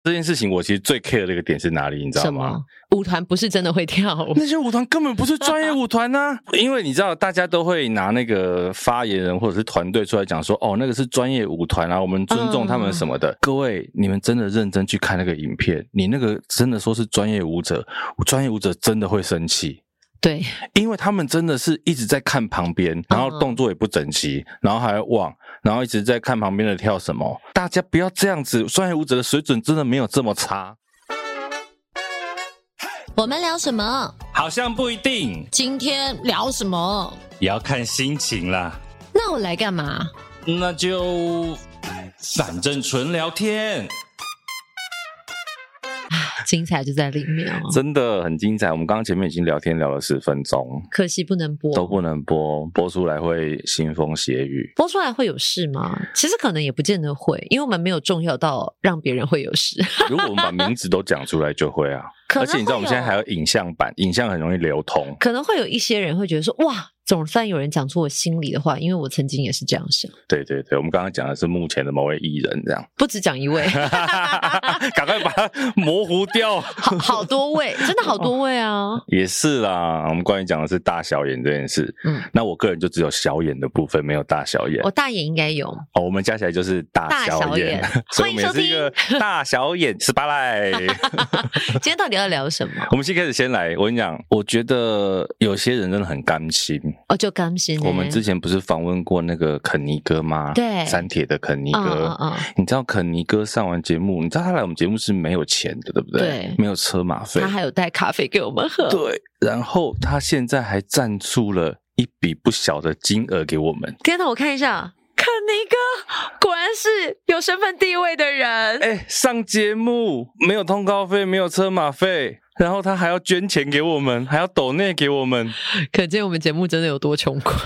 这件事情我其实最 care 的一个点是哪里，你知道吗？ 什么？舞团不是真的会跳舞， 那些舞团根本不是专业舞团啊！因为你知道，大家都会拿那个发言人或者是团队出来讲说，哦，那个是专业舞团啊，我们尊重他们什么的。各位，你们真的认真去看那个影片，你那个真的说是专业舞者，专业舞者真的会生气。 对， 因为他们真的是一直在看旁边，然后动作也不整齐，然后还要忘，然后一直在看旁边的跳什么。大家不要这样子，专业舞者的水准真的没有这么差。 我们聊什么？ 好像不一定。 今天聊什么？ 也要看心情啦。 那我来干嘛？ 那就反正纯聊天。 精彩就在里面哦， 真的很精彩。我们刚刚前面已经聊天聊了10分钟， 可惜不能播， 都不能播，播出来会腥风血雨。 播出来会有事吗？其实可能也不见得会，因为我们没有重要到让别人会有事。 如果我们把名字都讲出来就会啊。而且你知道我们现在还有影像版，影像很容易流通， 可能会有一些人会觉得说，哇，总算有人讲出我心里的话，因为我曾经也是这样想。 对对对，我们刚刚讲的是目前的某位艺人，这样不只讲一位， 赶快把它模糊掉。 好多位，真的好多位啊！ 也是啦，我们关于讲的是大小眼这件事，那我个人就只有小眼的部分，没有大小眼。 我大眼应该有哦，我们加起来就是大小眼，所以我们也是一个大小眼18赖。 今天到底要聊什么？ 我们先开始，先来，我跟你讲，我觉得有些人真的很甘心哦，就甘心我们之前不是访问过那个肯尼哥吗？ 对， 三铁的肯尼哥。你知道肯尼哥上完节目，你知道他来我们节目是没有钱的，对不对？ 对， 没有车马费， 他还有带咖啡给我们喝。 对，然后他现在还赞助了一笔不小的金额给我们。 天哪，我看一下。肯尼哥果然是有身份地位的人， 上节目没有通告费，没有车马费，然后他还要捐钱给我们，还要抖内给我们， 可见我们节目真的有多穷苦。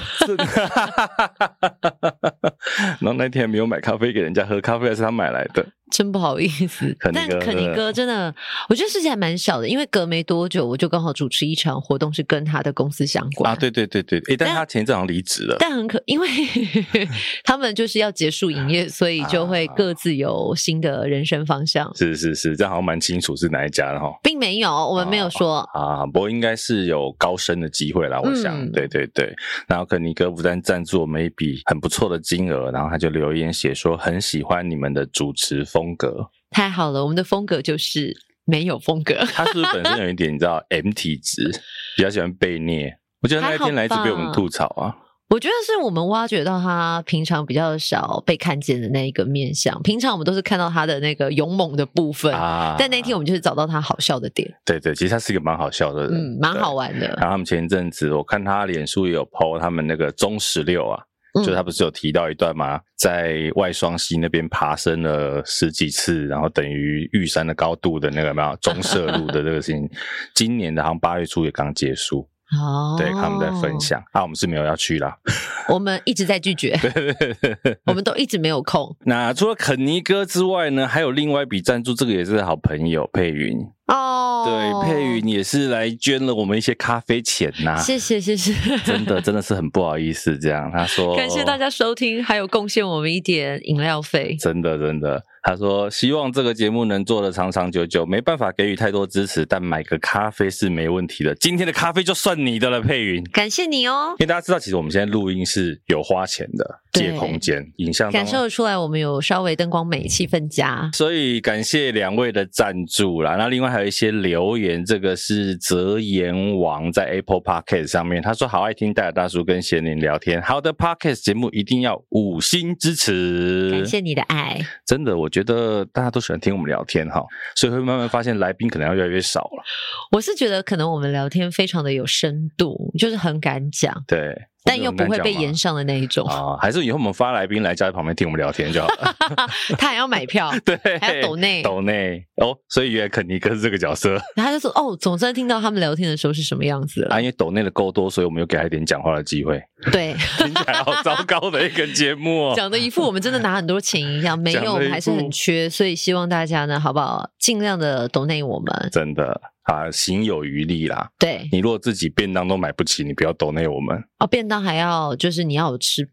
然后那天没有买咖啡给人家喝，咖啡还是他买来的。 真不好意思，但肯尼哥真的，我觉得事情还蛮小的，因为隔没多久我就刚好主持一场活动，是跟他的公司相关啊，对对对对，但他前一阵好像离职了， 但因为他们就是要结束营业，所以就会各自有新的人生方向。 是是是，这样好像蛮清楚是哪一家的哈， 并没有，我们没有说啊，不过应该是有高升的机会啦，我想，对对对。然后肯尼哥不但赞助我们一笔很不错的金额，然后他就留言写说很喜欢你们的主持风格。 太好了，我们的风格就是没有风格。 他是不是本身有一点你知道 M 体质，比较喜欢被虐？我觉得那一天来一直被我们吐槽啊。 我觉得是我们挖掘到他平常比较少被看见的那一个面向，平常我们都是看到他的那个勇猛的部分，但那天我们就是找到他好笑的点。 对对，其实他是一个蛮好笑的人， 蛮好玩的。 然后他们前一阵子我看他脸书也有 po 他们那个中16啊，就他不是有提到一段吗？在外双溪那边爬升了10几次，然后等于玉山的高度的那个有没有中社路的这个事情，今年的好像8月初也刚结束。对，他们在分享我们是没有要去啦， 我们一直在拒绝。对，我们都一直没有空。 那除了肯尼哥之外呢，还有另外一笔赞助，这个也是好朋友佩云。对，佩云也是来捐了我们一些咖啡钱呐， 谢谢谢谢， 真的是很不好意思这样。他说感谢大家收听，还有贡献我们一点饮料费， 真的。他说希望这个节目能做得长长久久，没办法给予太多支持，但买个咖啡是没问题的。今天的咖啡就算你的了，佩云， 感谢你哦。 因为大家知道其实我们现在录音是有花钱的，借空间，影像感受得出来我们有稍微灯光美，气氛佳， 所以感谢2位的赞助啦。那另外还有一些留言，这个是泽言王在 Apple Podcast 上面，他说好爱听戴尔大叔跟贤玲聊天，好的 Podcast 节目一定要5星支持， 感谢你的爱。 真的我觉得大家都喜欢听我们聊天哈，所以会慢慢发现来宾可能要越来越少了。 我是觉得可能我们聊天非常的有深度，就是很敢讲， 对， 但又不会被延上的那一种还是以后我们发来宾来家在旁边听我们聊天就好了。 他还要买票，对，还要抖内所以原来肯尼哥是这个角色。 他就说总算听到他们聊天的时候是什么样子了因为抖内的够多，所以我们有给他一点讲话的机会。 对， 听起来好糟糕的一个节目讲的一副我们真的拿很多钱一样，没有，我们还是很缺，所以希望大家呢好不好尽量的抖内我们， 真的行有余力啦。 对， 你如果自己便当都买不起，你不要抖内我们便当还要就是你要有吃饱。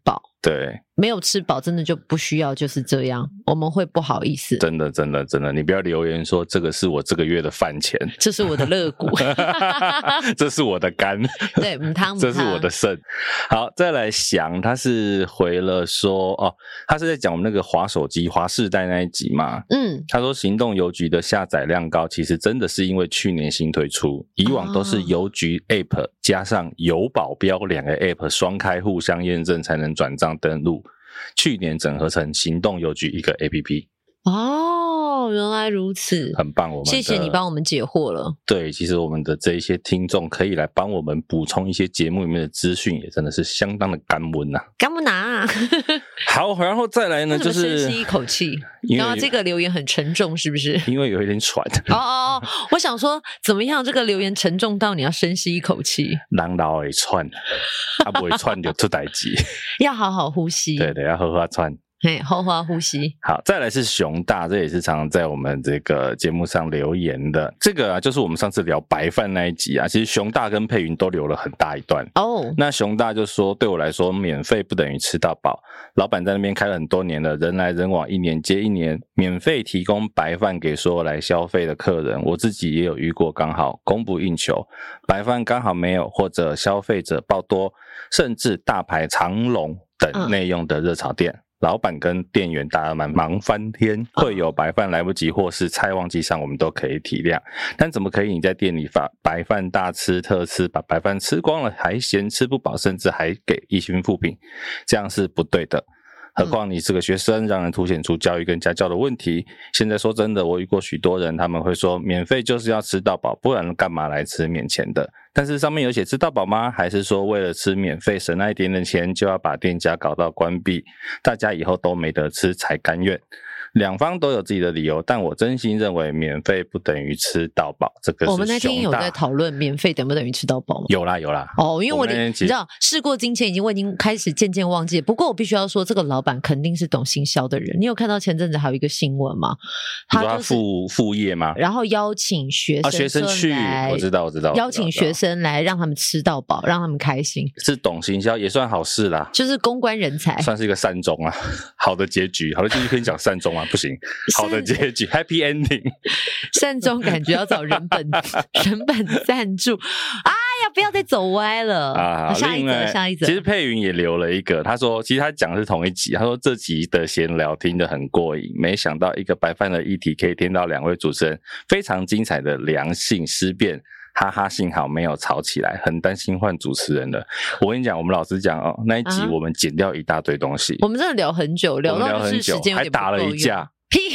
对， 没有吃饱真的就不需要就是这样，我们会不好意思。 真的，你不要留言说这个是我这个月的饭钱， 这是我的肋骨， 这是我的肝， 对，母汤， 这是我的肾。好，再来想，他是回了说，他是在讲我们那个滑手机滑世代那一集嘛，他说行动邮局的下载量高，其实真的是因为去年新推出，以往都是邮局 App 加上邮保标两个 App 双开互相验证才能转账登录，去年整合成行动邮局一个 APP。 原来如此， 很棒， 谢谢你帮我们解惑了。 对，其实我们的这一些听众可以来帮我们补充一些节目里面的资讯，也真的是相当的甘温啊， 甘温啊。 好，然后再来呢，就是深吸一口气。刚刚这个留言很沉重，是不是？ 因为有一点喘。 我想说，怎么样？这个留言沉重到你要深吸一口气。 人老会喘，不会喘就出代志。 要好好呼吸。 对，要好好喘。 好好呼吸。 好，再来是熊大，这也是常常在我们这个节目上留言的。这个就是我们上次聊白饭那一集啊，其实熊大跟佩云都留了很大一段。那熊大就说，对我来说，免费不等于吃到饱。老板在那边开了很多年了，人来人往，一年接一年，免费提供白饭给所有来消费的客人。我自己也有遇过，刚好供不应求，白饭刚好没有，或者消费者报多，甚至大排长龙等内用的热炒店。老板跟店员大家忙翻天，会有白饭来不及或是菜忘记上，我们都可以体谅。但怎么可以你在店里把白饭大吃特吃，把白饭吃光了还嫌吃不饱，甚至还给一星负评，这样是不对的。何况你是个学生，让人凸显出教育跟家教的问题。现在说真的，我遇过许多人，他们会说免费就是要吃到饱，不然干嘛来吃免钱的？但是上面有写吃到饱吗？还是说为了吃免费省那一点点钱，就要把店家搞到关闭，大家以后都没得吃才甘愿？两方都有自己的理由，但我真心认为免费不等于吃到饱。这个是我们那天有在讨论免费等不等于吃到饱吗？ 有啦。 因为你知道事过境迁，我已经开始渐渐忘记了。不过我必须要说，这个老板肯定是懂行销的人。你有看到前阵子还有一个新闻吗？ 他副业吗？ 然后邀请学生去，我知道， 邀请学生来让他们吃到饱，让他们开心， 是懂行销也算好事啦， 就是公关人才， 算是一个善终啊，好的结局，好的结局可以讲善终啊。不行，好的结局 Happy Ending。 善终感觉要找人本赞助。哎呀，不要再走歪了啊！下一则。 其实佩云也留了一个，他说其实他讲的是同一集，他说这集的闲聊听得很过瘾，没想到一个白饭的议题可以听到两位主持人非常精彩的良性思辨，哈哈，幸好没有吵起来，很担心换主持人了。我跟你讲，我们老实讲那一集我们剪掉一大堆东西， 我们真的聊很久，聊到就是时间有点不够用， 还打了一架。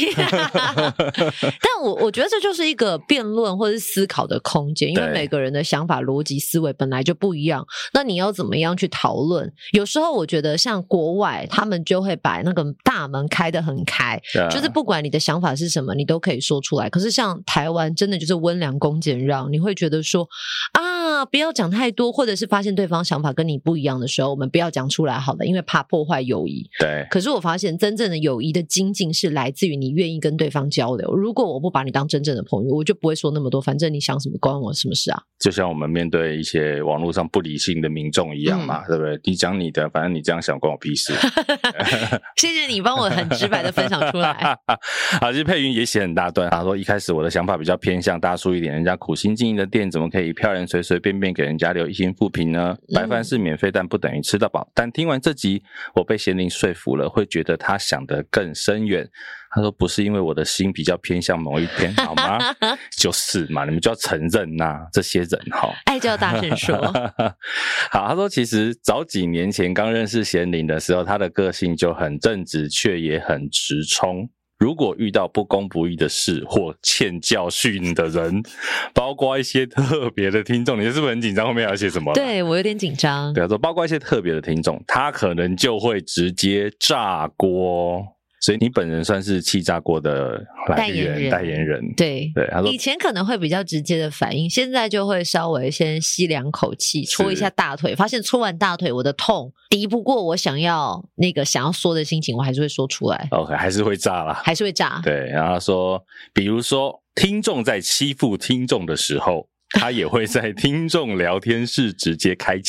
但我觉得这就是一个辩论或是思考的空间，因为每个人的想法逻辑思维本来就不一样，那你要怎么样去讨论？有时候我觉得像国外他们就会把那个大门开得很开，就是不管你的想法是什么你都可以说出来。可是像台湾真的就是温良恭俭让，你会觉得说不要讲太多，或者是发现对方想法跟你不一样的时候，我们不要讲出来好了，因为怕破坏友谊。 对。 可是我发现真正的友谊的精进是来自于你愿意跟对方交流。如果我不把你当真正的朋友，我就不会说那么多，反正你想什么关我什么事啊。 就像我们面对一些网络上不理性的民众一样嘛，对不对？你讲你的，反正你这样想关我屁事。 谢谢你帮我很直白的分享出来。 好，其实佩云也写很大段，他说一开始我的想法比较偏向大叔一点，人家苦心经营的店怎么可以票人随随便便给人家留一星负评呢？白饭是免费但不等于吃到饱。但听完这集我被贤玲说服了，会觉得他想得更深远。他说不是因为我的心比较偏向某一边好吗？就是嘛，你们就要承认这些人爱就要大声说。 好，他说其实早几年前刚认识贤玲的时候，他的个性就很正直，却也很直冲。如果遇到不公不义的事或欠教训的人，包括一些特别的听众，你是不是很紧张？后面要写什么？ 对，我有点紧张。 对，他说包括一些特别的听众，他可能就会直接炸锅。所以你本人算是气炸锅的代言人。 对， 他说以前可能会比较直接的反应，现在就会稍微先吸两口气，搓一下大腿，发现搓完大腿我的痛敌不过我想要说的心情，我还是会说出来。 OK， 还是会炸啦， 还是会炸。 对，然后说比如说听众在欺负听众的时候，他也会在听众聊天室直接开呛。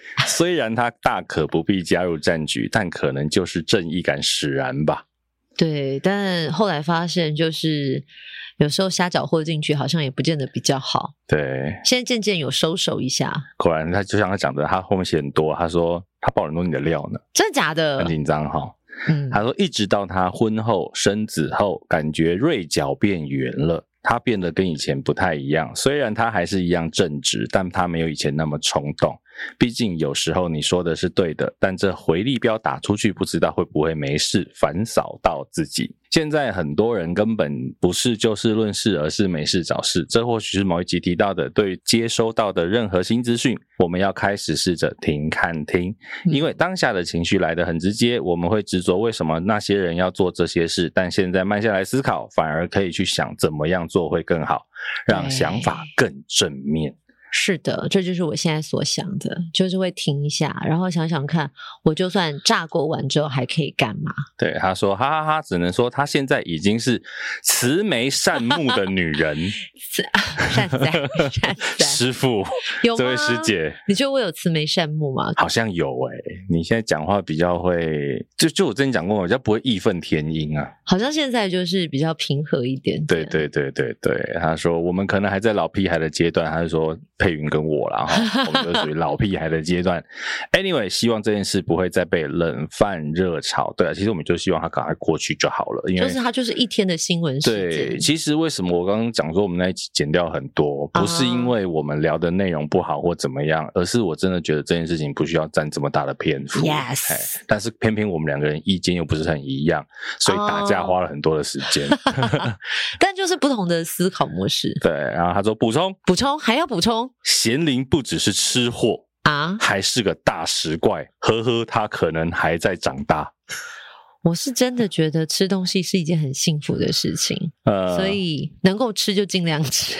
虽然他大可不必加入战局，但可能就是正义感使然吧。 对，但后来发现就是有时候瞎搅和进去好像也不见得比较好。 对， 现在渐渐有收手一下。 果然他就像他讲的，他后面写很多，他说他爆很多你的料呢。 真的假的？ 很紧张齁。他说一直到他婚后生子后，感觉锐角变圆了，他变得跟以前不太一样，虽然他还是一样正直，但他没有以前那么冲动。毕竟有时候你说的是对的，但这回力镖打出去不知道会不会没事反扫到自己。现在很多人根本不是就事论事，而是没事找事。这或许是某一集提到的，对接收到的任何新资讯，我们要开始试着停看听，因为当下的情绪来得很直接，我们会执着为什么那些人要做这些事，但现在慢下来思考，反而可以去想怎么样做会更好，让想法更正面。 是的，这就是我现在所想的，就是会停一下，然后想想看，我就算炸锅完之后还可以干嘛？对， 他说哈哈哈，只能说他现在已经是慈眉善目的女人。 善哉师父， 有吗？ 这位师姐， 你觉得我有慈眉善目吗？ 好像有你现在讲话比较会，就我之前讲过，比较不会义愤填膺啊。 好像现在就是比较平和一点点。 对，他说我们可能还在老屁孩的阶段，他就说佩云跟我啦，我们就属于老屁孩的阶段。Anyway， 希望这件事不会再被冷饭热炒。对啊，其实我们就希望它赶快过去就好了，因为就是它就是一天的新闻事件。 对，其实为什么我刚刚讲说我们那一集剪掉很多，不是因为我们聊的内容不好或怎么样，而是我真的觉得这件事情不需要占这么大的篇幅。 Yes， 但是偏偏我们两个人意见又不是很一样，所以打架花了很多的时间。 但就是不同的思考模式。 对，然后他说补充还要补充， 贤玲不只是吃货啊，还是个大食怪，呵呵，他可能还在长大。 我是真的觉得吃东西是一件很幸福的事情，所以能够吃就尽量吃。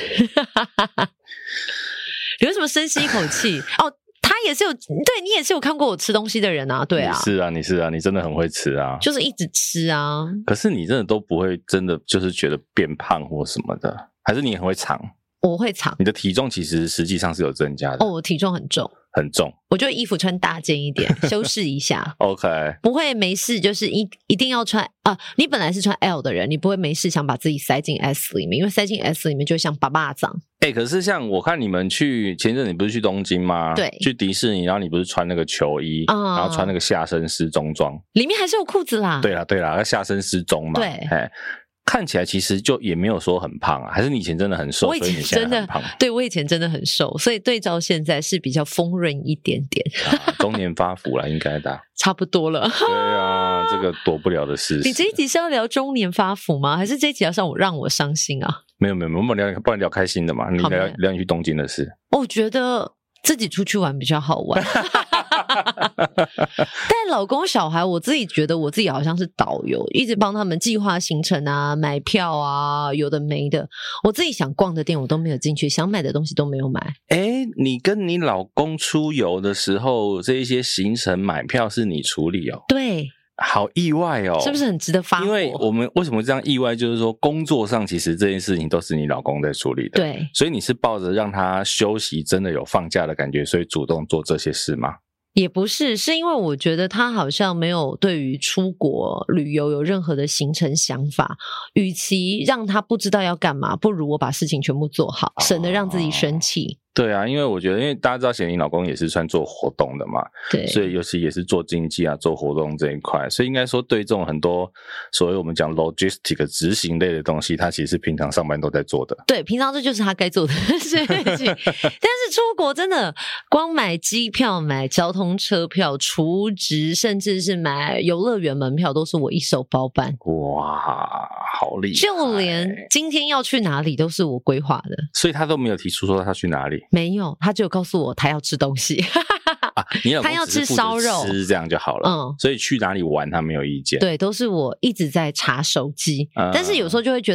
你为什么深吸一口气？哦，他也是有，对，你也是有看过我吃东西的人啊，对啊， 你是啊，你真的很会吃啊， 就是一直吃啊。可是你真的都不会真的就是觉得变胖或什么的，还是你很会藏？ 我会藏。你的体重其实实际上是有增加的。 我体重很重。 很重， 我就衣服穿大件一点，修饰一下。 OK， 不会没事，就是一定要穿啊！你本来是穿 L 的人，你不会没事想把自己塞进 S 里面，因为塞进 S 里面就像爸爸掌。 可是像我看你们去前阵你不是去东京吗？ 对， 去迪士尼，然后你不是穿那个球衣，然后穿那个下身失踪装， 里面还是有裤子啦。 对啦，下身失踪嘛。 对， 看起来其实就也没有说很胖啊，还是你以前真的很瘦， 我以前真的很胖。对，我以前真的很瘦，所以对照现在是比较丰润一点点。 中年发福了，应该的。 差不多了。 对啊，这个躲不了的事。 你这一集是要聊中年发福吗？还是这一集要让我伤心啊？ 没有，我们不然聊开心的嘛。你聊你去东京的事。 我觉得自己出去玩比较好玩。但老公小孩我自己觉得我自己好像是导游，一直帮他们计划行程啊，买票啊，有的没的。我自己想逛的店我都没有进去，想买的东西都没有买。 你跟你老公出游的时候，这一些行程买票是你处理哦？ 对， 好意外哦， 是不是很值得发火？ 因为我们为什么这样意外，就是说工作上其实这件事情都是你老公在处理的， 对， 所以你是抱着让他休息真的有放假的感觉，所以主动做这些事吗？ 也不是，是因为我觉得他好像没有对于出国旅游有任何的行程想法，与其让他不知道要干嘛，不如我把事情全部做好，省得让自己生气。 对啊，因为我觉得，因为大家知道贤玲老公也是算做活动的嘛， 对， 所以尤其也是做经济啊、做活动这一块，所以应该说对这种很多所谓我们讲 logistic 执行类的东西，他其实平常上班都在做的。 对，平常这就是他该做的事情。但是出国真的光买机票、买交通车票、储值，甚至是买游乐园门票，都是我一手包办。 哇，好厉害！ 就连今天要去哪里都是我规划的， 所以他都没有提出说他去哪里。 没有，他只有告诉我他要吃东西。 你老公他要吃烧肉， 吃这样就好了。所以去哪里玩他没有意见。 对，都是我一直在查手机，但是有时候就会觉得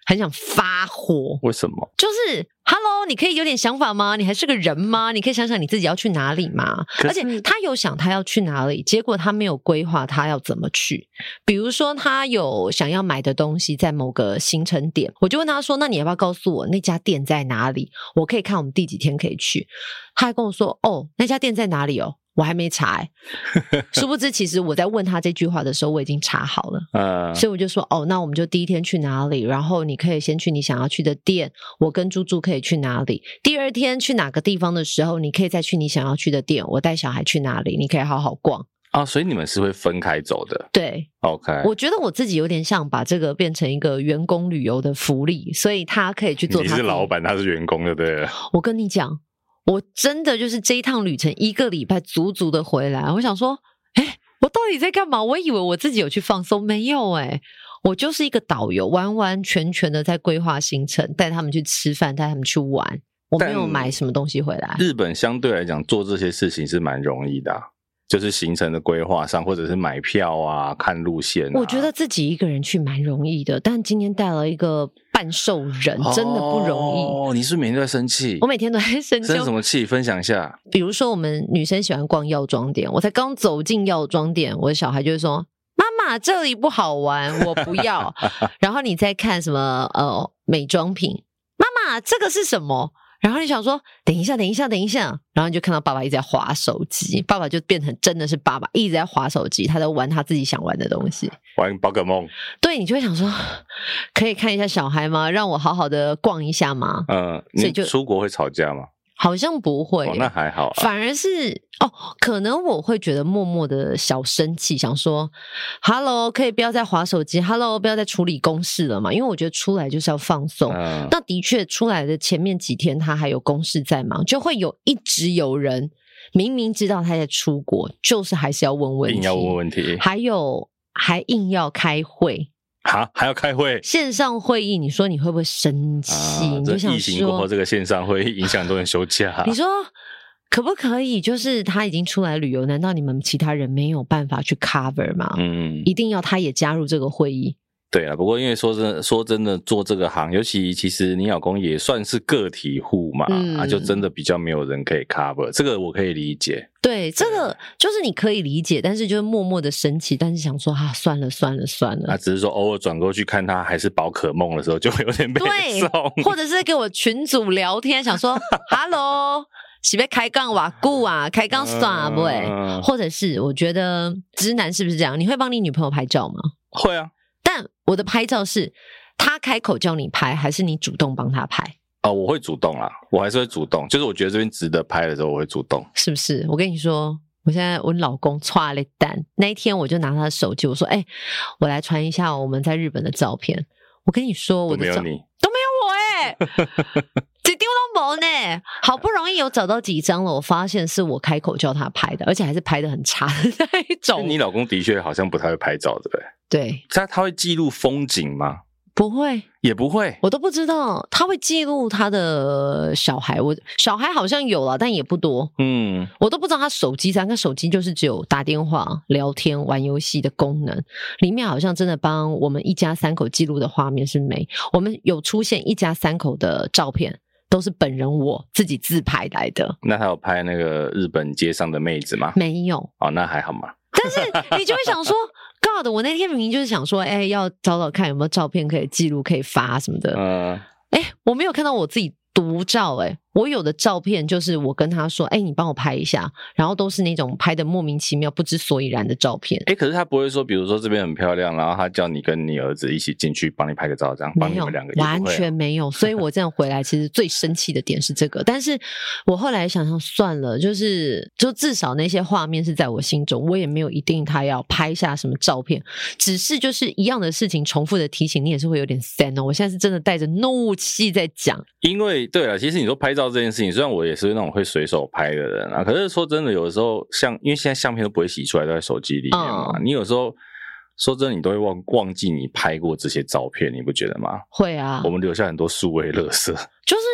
很想发火。 为什么？ 就是 Hello， 你可以有点想法吗？你还是个人吗？你可以想想你自己要去哪里吗？而且他有想他要去哪里，结果他没有规划他要怎么去。比如说他有想要买的东西在某个行程点，我就问他说，那你要不要告诉我那家店在哪里，我可以看我们第几天可以去。他还跟我说，哦，那家店在哪里哦，我还没查殊不知其实我在问他这句话的时候我已经查好了所以我就说哦，那我们就第一天去哪里，然后你可以先去你想要去的店，我跟猪猪可以去哪里，第二天去哪个地方的时候你可以再去你想要去的店，我带小孩去哪里，你可以好好逛所以你们是会分开走的。 对 OK， 我觉得我自己有点像把这个变成一个员工旅游的福利，所以他可以去做他。 你是老板他是员工就对了。 我跟你讲，我真的就是这一趟旅程1个礼拜足足的回来，我想说我到底在干嘛？我以为我自己有去放松，没有我就是一个导游，完完全全的在规划行程，带他们去吃饭，带他们去玩，我没有买什么东西回来。 日本相对来讲做这些事情是蛮容易的就是行程的规划上，或者是买票啊、看路线我觉得自己一个人去蛮容易的，但今天带了一个半兽人，真的不容易。你是不是每天都在生气？ 我每天都在生气。 生什么气？分享一下。 比如说我们女生喜欢逛药妆店，我才刚走进药妆店，我的小孩就会说，妈妈这里不好玩，我不要然后你再看什么美妆品，妈妈这个是什么，然后你想说等一下，然后你就看到爸爸一直在滑手机，爸爸就变成真的是爸爸一直在滑手机，他在玩他自己想玩的东西， 玩宝可梦。 对，你就会想说可以看一下小孩吗？让我好好的逛一下吗？ 你出国会吵架吗？ 好像不会那还好反而是可能我会觉得默默的小生气，想说 Hello 可以不要再滑手机， Hello 不要再处理公事了嘛，因为我觉得出来就是要放松那的确出来的前面几天他还有公事在忙，就会一直有人明明知道他在出国，就是还是要问问题， 硬要问问题， 还硬要开会还要开会， 线上会议，你说你会不会生气？你就想说疫情过后这个线上会议影响很多人休假你说可不可以就是他已经出来旅游，难道你们其他人没有办法去 cover 吗？一定要他也加入这个会议。 对啊，不过因为说真的做这个行，尤其其实你老公也算是个体户嘛就真的比较没有人可以 cover， 这个我可以理解。 对，这个就是你可以理解，但是就是默默的生气，但是想说算了只是说偶尔转过去看他还是宝可梦的时候就会有点被送， 或者是给我群组聊天想说Hello是不是开杠瓦固啊，开杠耍不或者是我觉得直男是不是这样，你会帮你女朋友拍照吗？ 会啊， 但我的拍照是他开口叫你拍还是你主动帮他拍？ 我会主动啦，我还是会主动，就是我觉得这边值得拍的时候我会主动。是不是？我跟你说我现在我老公唰了蛋，那一天我就拿他的手机，我说我来传一下我们在日本的照片。我跟你说我的照都没有你都没有我几丢都没呢，好不容易有找到几张了，我发现是我开口叫他拍的，而且还是拍的很差的那一种。 你老公的确好像不太会拍照，对不对？ 对， 他会记录风景吗？ 不会， 也不会， 我都不知道。他会记录他的小孩，我小孩好像有了，但也不多。我都不知道他手机上，他手机就是只有打电话、聊天、玩游戏的功能，里面好像真的帮我们一家3口记录的画面是没。我们有出现一家3口的照片，都是本人我自己自拍来的。 那他有拍那个日本街上的妹子吗？ 没有。 那还好嘛。 但是你就会想说God， 我那天明明就是想说要找找看有没有照片可以记录可以发什么的我没有看到我自己独照我有的照片就是我跟他说你帮我拍一下，然后都是那种拍的莫名其妙不知所以然的照片。 可是他不会说比如说这边很漂亮，然后他叫你跟你儿子一起进去帮你拍个照，这样帮你们两个完全没有。所以我这样回来其实最生气的点是这个但是我后来想想算了，就至少那些画面是在我心中，我也没有一定他要拍下什么照片，只是就是一样的事情重复的提醒你也是会有点sad我现在是真的带着怒气在讲。 因为对了，其实你说拍照这件事情，虽然我也是那种会随手拍的人可是说真的有的时候因为现在相片都不会洗出来，都在手机里面嘛你有时候说真的你都会忘记你拍过这些照片，你不觉得吗？ 会啊， 我们留下很多数位垃圾。 就是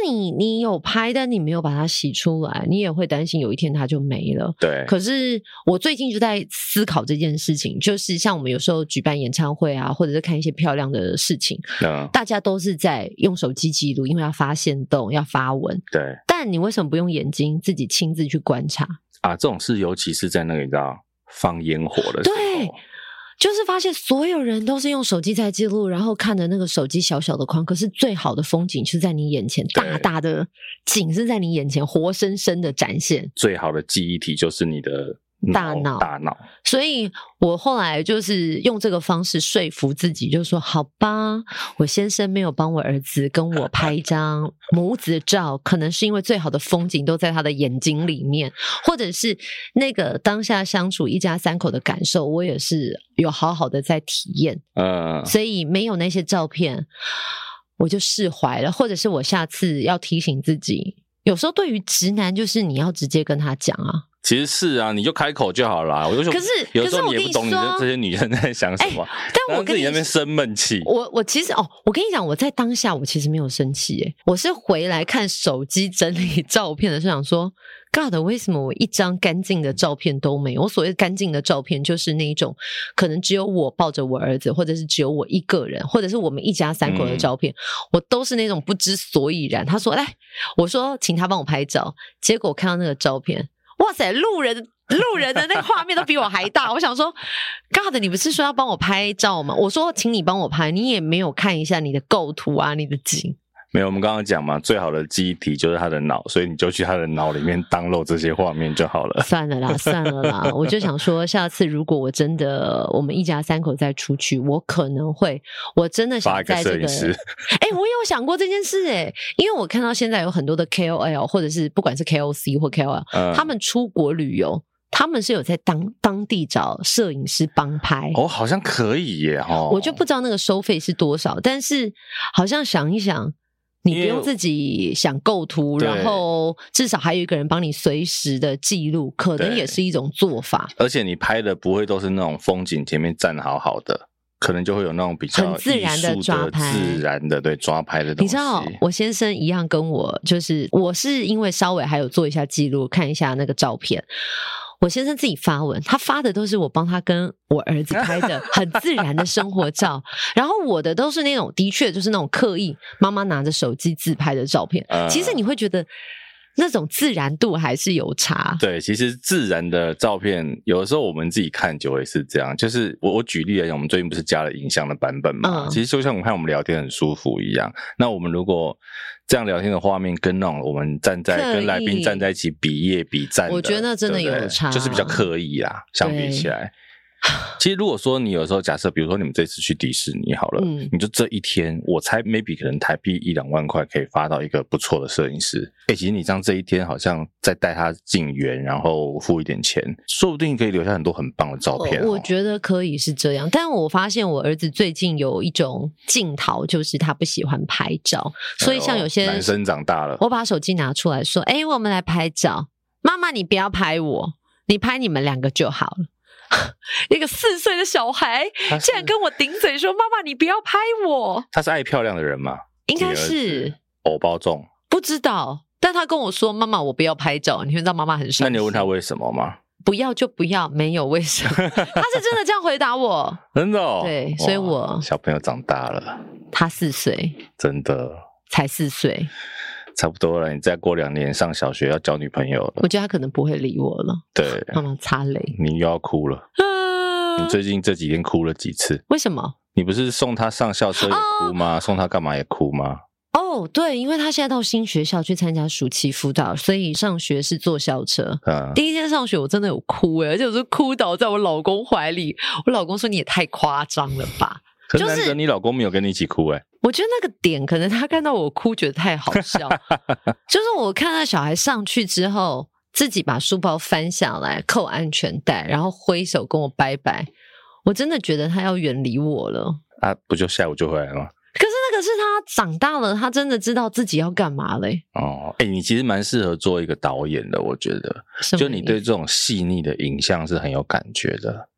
你有拍，但你没有把它洗出来，你也会担心有一天它就没了。 对。 可是我最近就在思考这件事情，就是像我们有时候举办演唱会啊，或者是看一些漂亮的事情，大家都是在用手机记录，因为要发限动，要发文。 对。 但你为什么不用眼睛自己亲自去观察啊？这种事尤其是在那个你知道放烟火的时候。 对。就是发现所有人都是用手机在记录，然后看着那个手机小小的框，可是最好的风景是在你眼前，大大的景是在你眼前活生生的展现。 最好的记忆体就是你的大脑。 所以我后来就是用这个方式说服自己，就说好吧，我先生没有帮我儿子跟我拍一张母子照，可能是因为最好的风景都在他的眼睛里面，或者是那个当下相处一家三口的感受，我也是有好好的在体验。所以没有那些照片我就释怀了，或者是我下次要提醒自己，有时候对于直男就是你要直接跟他讲啊。 其实是啊，你就开口就好啦。可是有时候你也不懂你这些女生在想什么， 但我跟你自己在那边生闷气。 我其实我跟你讲，我在当下我其实没有生气耶，我是回来看手机整理照片的时候想说 God， 为什么我一张干净的照片都没有？我所谓干净的照片就是那一种可能只有我抱着我儿子，或者是只有我一个人，或者是我们一家三口的照片，我都是那种不知所以然。他说来，我说请他帮我拍照，结果我看到那个照片，哇塞，路人的那个画面都比我还大。我想说 God， 你不是说要帮我拍照吗？我说请你帮我拍，你也没有看一下你的构图啊，你的景。 没有，我们刚刚讲嘛，最好的记忆体就是他的脑，所以你就去他的脑里面download这些画面就好了。 算了啦，我就想说，下次如果我真的我们一家三口再出去，我可能会，我真的想在这个，我有想过这件事因为我看到现在有很多的 KOL 或者是不管是 KOC 或 KOL，他们出国旅游。他们是有在当地找摄影师帮拍好像可以耶我就不知道那个收费是多少，但是好像想一想，你不用自己想构图，然后至少还有一个人帮你随时的记录，可能也是一种做法。 而且你拍的不会都是那种风景前面站好好的，可能就会有那种比较很自然的抓拍， 自然的对抓拍的东西。 你知道我先生一样跟我，就是我是因为稍微还有做一下记录，看一下那个照片。我先生自己发文，他发的都是我帮他跟我儿子拍的很自然的生活照，然后我的都是那种的确就是那种刻意妈妈拿着手机自拍的照片。其实你会觉得那种自然度还是有差。 对，其实自然的照片有的时候我们自己看就会是这样，就是我举例来讲，我们最近不是加了影像的版本嘛，其实就像我看我们聊天很舒服一样，那我们如果这样聊天的画面跟那种我们跟来宾站在一起比耶比赞的， 我觉得那真的有差， 就是比较刻意啦，相比起来。其实如果说你有时候假设比如说你们这次去迪士尼好了，你就这一天我猜 maybe 可能台币1-2万块可以发到一个不错的摄影师，其实你这样这一天好像再带他进园然后付一点钱，说不定可以留下很多很棒的照片我觉得可以是这样，但我发现我儿子最近有一种镜头，就是他不喜欢拍照，所以像有些男生长大了， 我把手机拿出来说我们来拍照，妈妈你不要拍我，你拍你们两个就好了。一个4岁的小孩竟然跟我顶嘴说妈妈你不要拍我。他是爱漂亮的人吗？ 应该是偶包重， 不知道，但他跟我说妈妈我不要拍照，你会知道妈妈很伤心。 那你有问他为什么吗？ 不要就不要，没有为什么。他是真的这样回答我。 真的对，所以我小朋友长大了， 他4岁， 真的才 4岁， 差不多了，你再过2年上小学要交女朋友了。 我觉得他可能不会理我了。 对， 妈妈擦泪， 你又要哭了。你最近这几天哭了几次？ 为什么？ 你不是送他上校车也哭吗？送他干嘛也哭吗？ 对，因为他现在到新学校去参加暑期辅导，所以上学是坐校车。第一天上学我真的有哭而且我是哭倒在我老公怀里。我老公说你也太夸张了吧。 可是难得你老公没有跟你一起哭我觉得那个点可能他看到我哭觉得太好笑。就是我看到小孩上去之后自己把书包翻下来扣安全带，然后挥手跟我拜拜，我真的觉得他要远离我了。 不就下午就回来吗？ 可是那个是他长大了，他真的知道自己要干嘛嘞。 你其实蛮适合做一个导演的，我觉得。就你对这种细腻的影像是很有感觉的。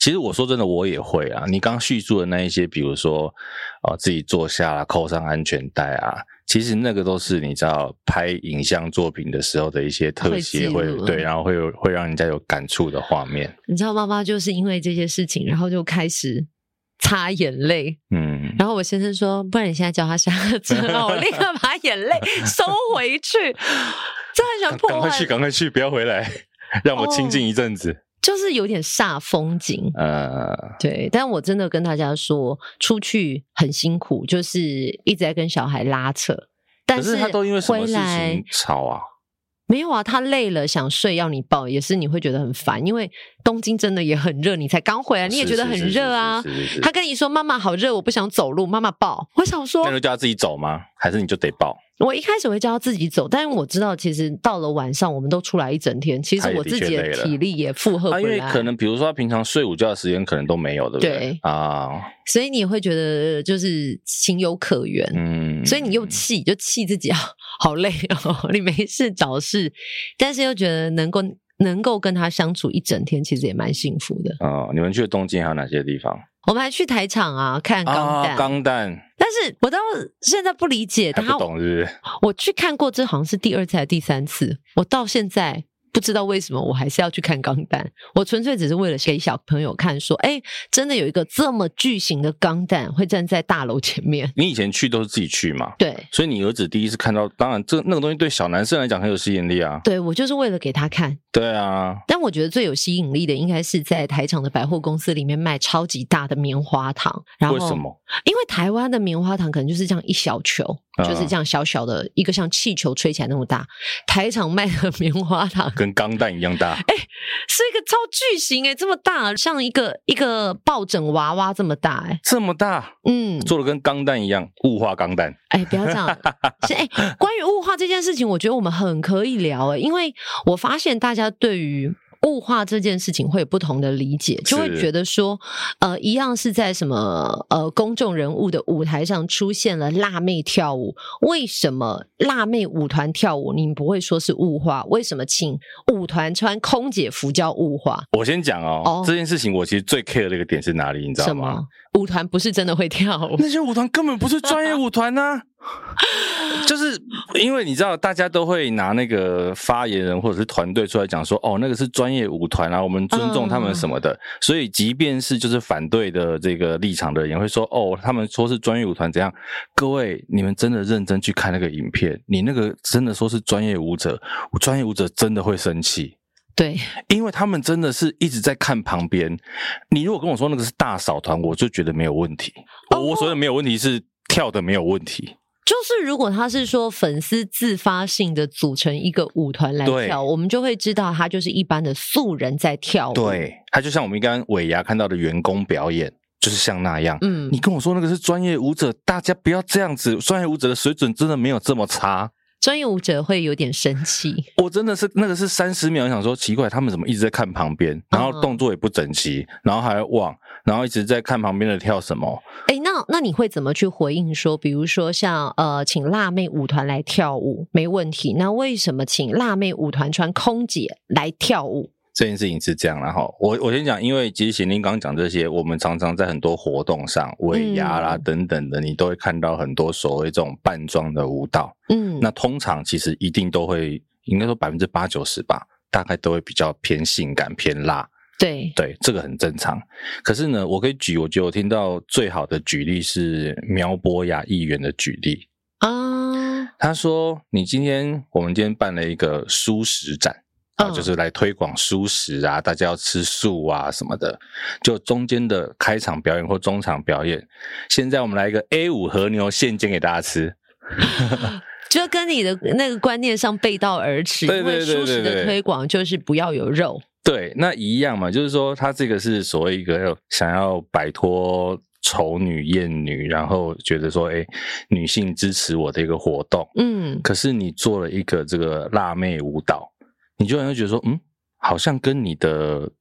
其实我说真的，我也会啊。你刚叙述的那一些，比如说自己坐下啦，扣上安全带啊，其实那个都是你知道拍影像作品的时候的一些特写，对，然后会让人家有感触的画面。 你知道妈妈就是因为这些事情，然后就开始擦眼泪，然后我先生说，不然你现在叫他下车，我立刻把眼泪收回去。这很喜欢破坏， 赶快去，不要回来，让我清静一阵子。 就是有点煞风景，对。但我真的跟大家说，出去很辛苦，就是一直在跟小孩拉扯。但是他都因为什么事情吵啊？ 没有啊，他累了想睡要你抱，也是你会觉得很烦，因为东京真的也很热，你才刚回来你也觉得很热啊。他跟你说妈妈好热，我不想走路，妈妈抱。我想说， 那就叫他自己走吗？还是你就得抱？ 我一开始会叫他自己走，但是我知道其实到了晚上我们都出来一整天，其实我自己的体力也负荷不来， 因为可能比如说他平常睡午觉的时间可能都没有，对不对？ 对啊，所以你会觉得就是情有可原，所以你又气自己好累哦，你没事找事，但是又觉得能够跟他相处一整天，其实也蛮幸福的。 你们去东京还有哪些地方？ 我们还去台场啊，看钢弹。但是我到现在不理解， 还不懂是不是？ 我去看过，这好像是第2次还是第3次，我到现在不知道为什么我还是要去看钢弹。我纯粹只是为了给小朋友看说，真的有一个这么巨型的钢弹会站在大楼前面。 你以前去都是自己去嘛？ 对， 所以你儿子第一次看到，当然那个东西对小男生来讲很有吸引力啊。 对，我就是为了给他看。 对啊， 但我觉得最有吸引力的应该是在台场的百货公司里面卖超级大的棉花糖。然后为什么？ 因为台湾的棉花糖可能就是这样一小球，就是这样小小的一个像气球吹起来那么大。台场卖的棉花糖跟钢弹一样大， 是一个超巨型这么大，像一个抱枕娃娃这么大这么大，做的跟钢弹一样，雾化钢弹。 不要这样。关于雾化这件事情，我觉得我们很可以聊因为我发现大家对于物化这件事情会有不同的理解，就会觉得说一样是在什么公众人物的舞台上出现了辣妹跳舞，为什么辣妹舞团跳舞你不会说是物化？为什么请舞团穿空姐服叫物化？ 我先讲这件事情我其实最 care 的一个点是哪里你知道吗？ 什么？舞团不是真的会跳舞， 那些舞团根本不是专业舞团啊。就是因为你知道大家都会拿那个发言人或者是团队出来讲说那个是专业舞团啊，我们尊重他们什么的，所以即便是就是反对的这个立场的人也会说他们说是专业舞团怎样。各位你们真的认真去看那个影片，你那个真的说是专业舞者，专业舞者真的会生气。 对， 因为他们真的是一直在看旁边。你如果跟我说那个是大嫂团，我就觉得没有问题。我所谓的没有问题是跳的没有问题。 就是如果他是说粉丝自发性的组成一个舞团来跳，我们就会知道他就是一般的素人在跳舞。 对，他就像我们刚刚尾牙看到的员工表演，就是像那样。你跟我说那个是专业舞者，大家不要这样子，专业舞者的水准真的没有这么差。 专业舞者会有点生气。 我真的是那个是30秒，想说奇怪他们怎么一直在看旁边，然后动作也不整齐，然后还要忘，然后一直在看旁边的跳什么。 那你会怎么去回应说，比如说像请辣妹舞团来跳舞没问题，那为什么请辣妹舞团穿空姐来跳舞？ 这件事情是这样啦我先讲，因为其实贤玲刚刚讲这些，我们常常在很多活动上尾牙啦等等的，你都会看到很多所谓这种扮装的舞蹈。那通常其实一定都会，应该说80%-90%吧，大概都会比较偏性感偏辣。对，这个很正常。可是呢，我可以举，我觉得我听到最好的举例是苗博雅议员的举例他说我们今天办了一个蔬食展就是来推广蔬食啊，大家要吃素啊什么的。就中间的开场表演或中场表演，现在我们来一个 A5 和牛现煎给大家吃。 就跟你的那个观念上背道而驰，因为蔬食的推广就是不要有肉。 对，那一样嘛，就是说他这个是所谓一个想要摆脱丑女厌女，然后觉得说女性支持我的一个活动。可是你做了一个这个辣妹舞蹈，你就会觉得说好像跟你的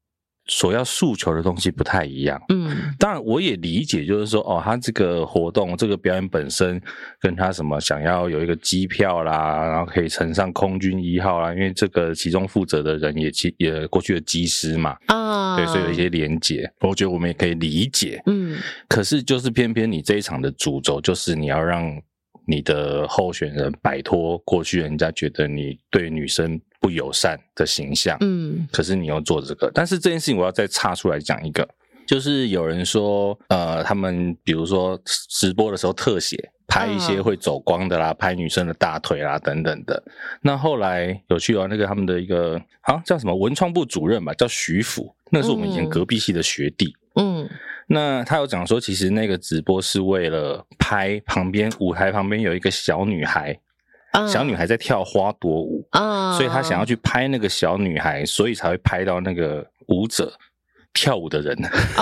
所要诉求的东西不太一样。当然我也理解，就是说他这个活动这个表演本身跟他什么想要有一个机票啦，然后可以乘上空军1号啦，因为这个其中负责的人也过去的机师嘛，对，所以有一些连结，我觉得我们也可以理解。可是就是偏偏你这一场的主轴就是你要让你的候选人摆脱过去人家觉得你对女生不友善的形象，可是你又做这个。但是这件事情我要再岔出来讲一个，就是有人说他们比如说直播的时候特写拍一些会走光的啦，拍女生的大腿啦等等的。那后来有趣那个他们的一个叫什么文创部主任吧，叫徐辅，那是我们以前隔壁系的学弟。那他有讲说其实那个直播是为了拍舞台旁边有一个小女孩，小女孩在跳花朵舞，所以他想要去拍那个小女孩，所以才会拍到那个舞者跳舞的人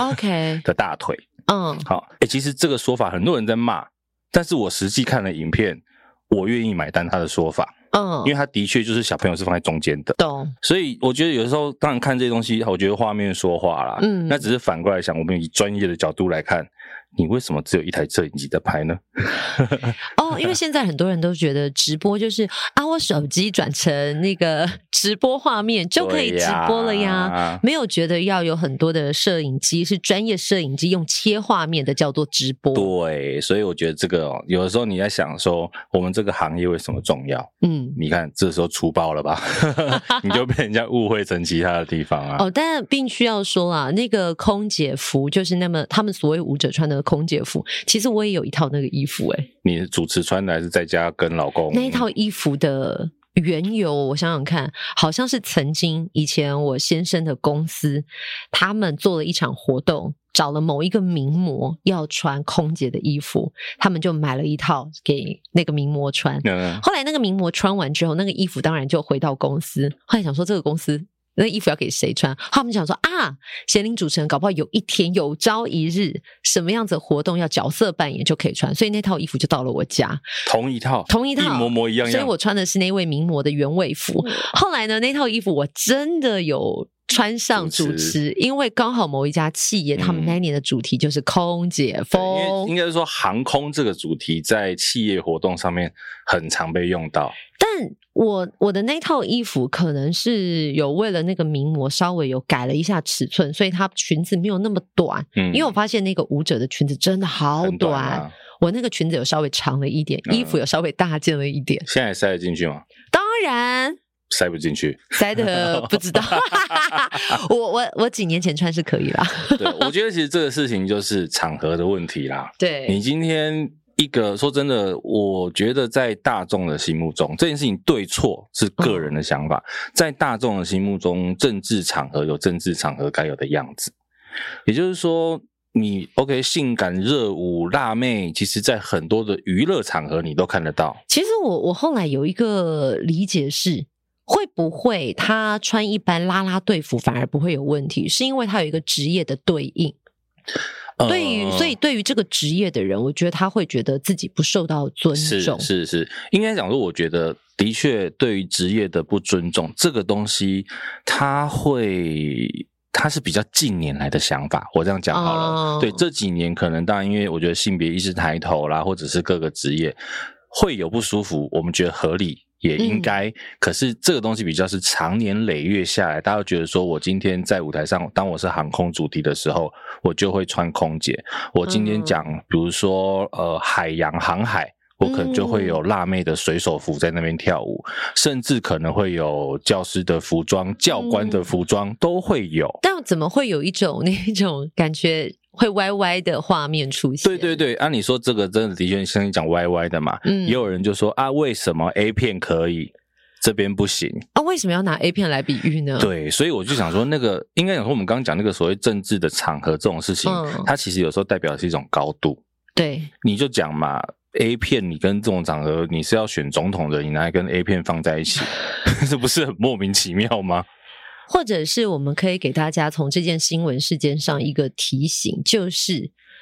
OK 的大腿。好，其实这个说法很多人在骂，但是我实际看了影片，我愿意买单他的说法。因为他的确就是小朋友是放在中间的， 懂。 所以我觉得有的时候当然看这些东西，我觉得画面说话啦，那只是反过来想，我们以专业的角度来看，你为什么只有一台摄影机在拍呢？ 因为现在很多人都觉得直播就是我手机转成那个直播画面就可以直播了呀，没有觉得要有很多的摄影机是专业摄影机用切画面的叫做直播。对， 所以我觉得这个有的时候你在想说我们这个行业为什么重要，你看这时候出包了吧你就被人家误会成其他的地方啊。 但必须要说啊，那个空姐服就是他们所谓舞者穿的空姐服，其实我也有一套那个衣服。 你主持穿的还是在家跟老公？ 那一套衣服的缘由我想想看，好像是曾经以前我先生的公司他们做了一场活动，找了某一个名模要穿空姐的衣服，他们就买了一套给那个名模穿。后来那个名模穿完之后，那个衣服当然就回到公司，后来想说这个公司那衣服要给谁穿，他们讲说贤玲主持人搞不好有一天有朝一日什么样子的活动要角色扮演就可以穿，所以那套衣服就到了我家。同一套一模模一样样，所以我穿的是那位名模的原味服。后来呢，那套衣服我真的有穿上主持，因为刚好某一家企业他们那一年的主题就是空姐风， 应该是说航空这个主题在企业活动上面很常被用到。 但我的那套衣服可能是有为了那个名模稍微有改了一下尺寸，所以它裙子没有那么短，因为我发现那个舞者的裙子真的好短，我那个裙子有稍微长了一点，衣服有稍微大件了一点。 现在塞得进去吗？ 当然塞不进去， 塞的不知道我几年前穿是可以啦对，我觉得其实这个事情就是场合的问题啦。 对， 你今天一个说真的，我觉得在大众的心目中这件事情对错是个人的想法，在大众的心目中政治场合有政治场合该有的样子，也就是说你 OK 性感热舞辣妹，其实在很多的娱乐场合你都看得到。 其实我后来有一个理解是，会不会他穿一般啦啦队服反而不会有问题，是因为他有一个职业的对应。所以对于这个职业的人，我觉得他会觉得自己不受到尊重。 是，应该讲说，我觉得的确对于职业的不尊重这个东西，它是比较近年来的想法，我这样讲好了。对，这几年可能当然因为我觉得性别意识抬头啦，或者是各个职业会有不舒服，我们觉得合理。也应该，可是这个东西比较是长年累月下来，大家都觉得说我今天在舞台上，当我是航空主题的时候，我就会穿空姐。我今天讲，比如说海洋航海，我可能就会有辣妹的水手服在那边跳舞，甚至可能会有教师的服装、教官的服装都会有。 但怎么会有那种感觉？会歪歪的画面出现。 对，按你说这个真的的确像你讲歪歪的嘛，也有人就说为什么 A 片可以这边不行为什么要拿 A 片来比喻呢？ 对，所以我就想说那个应该讲说我们刚刚讲那个所谓政治的场合这种事情，它其实有时候代表的是一种高度。 对， 你就讲嘛，A 片你跟这种场合你是要选总统的，你拿来跟 A 片放在一起这不是很莫名其妙吗？或者是我们可以给大家从这件新闻事件上一个提醒，就是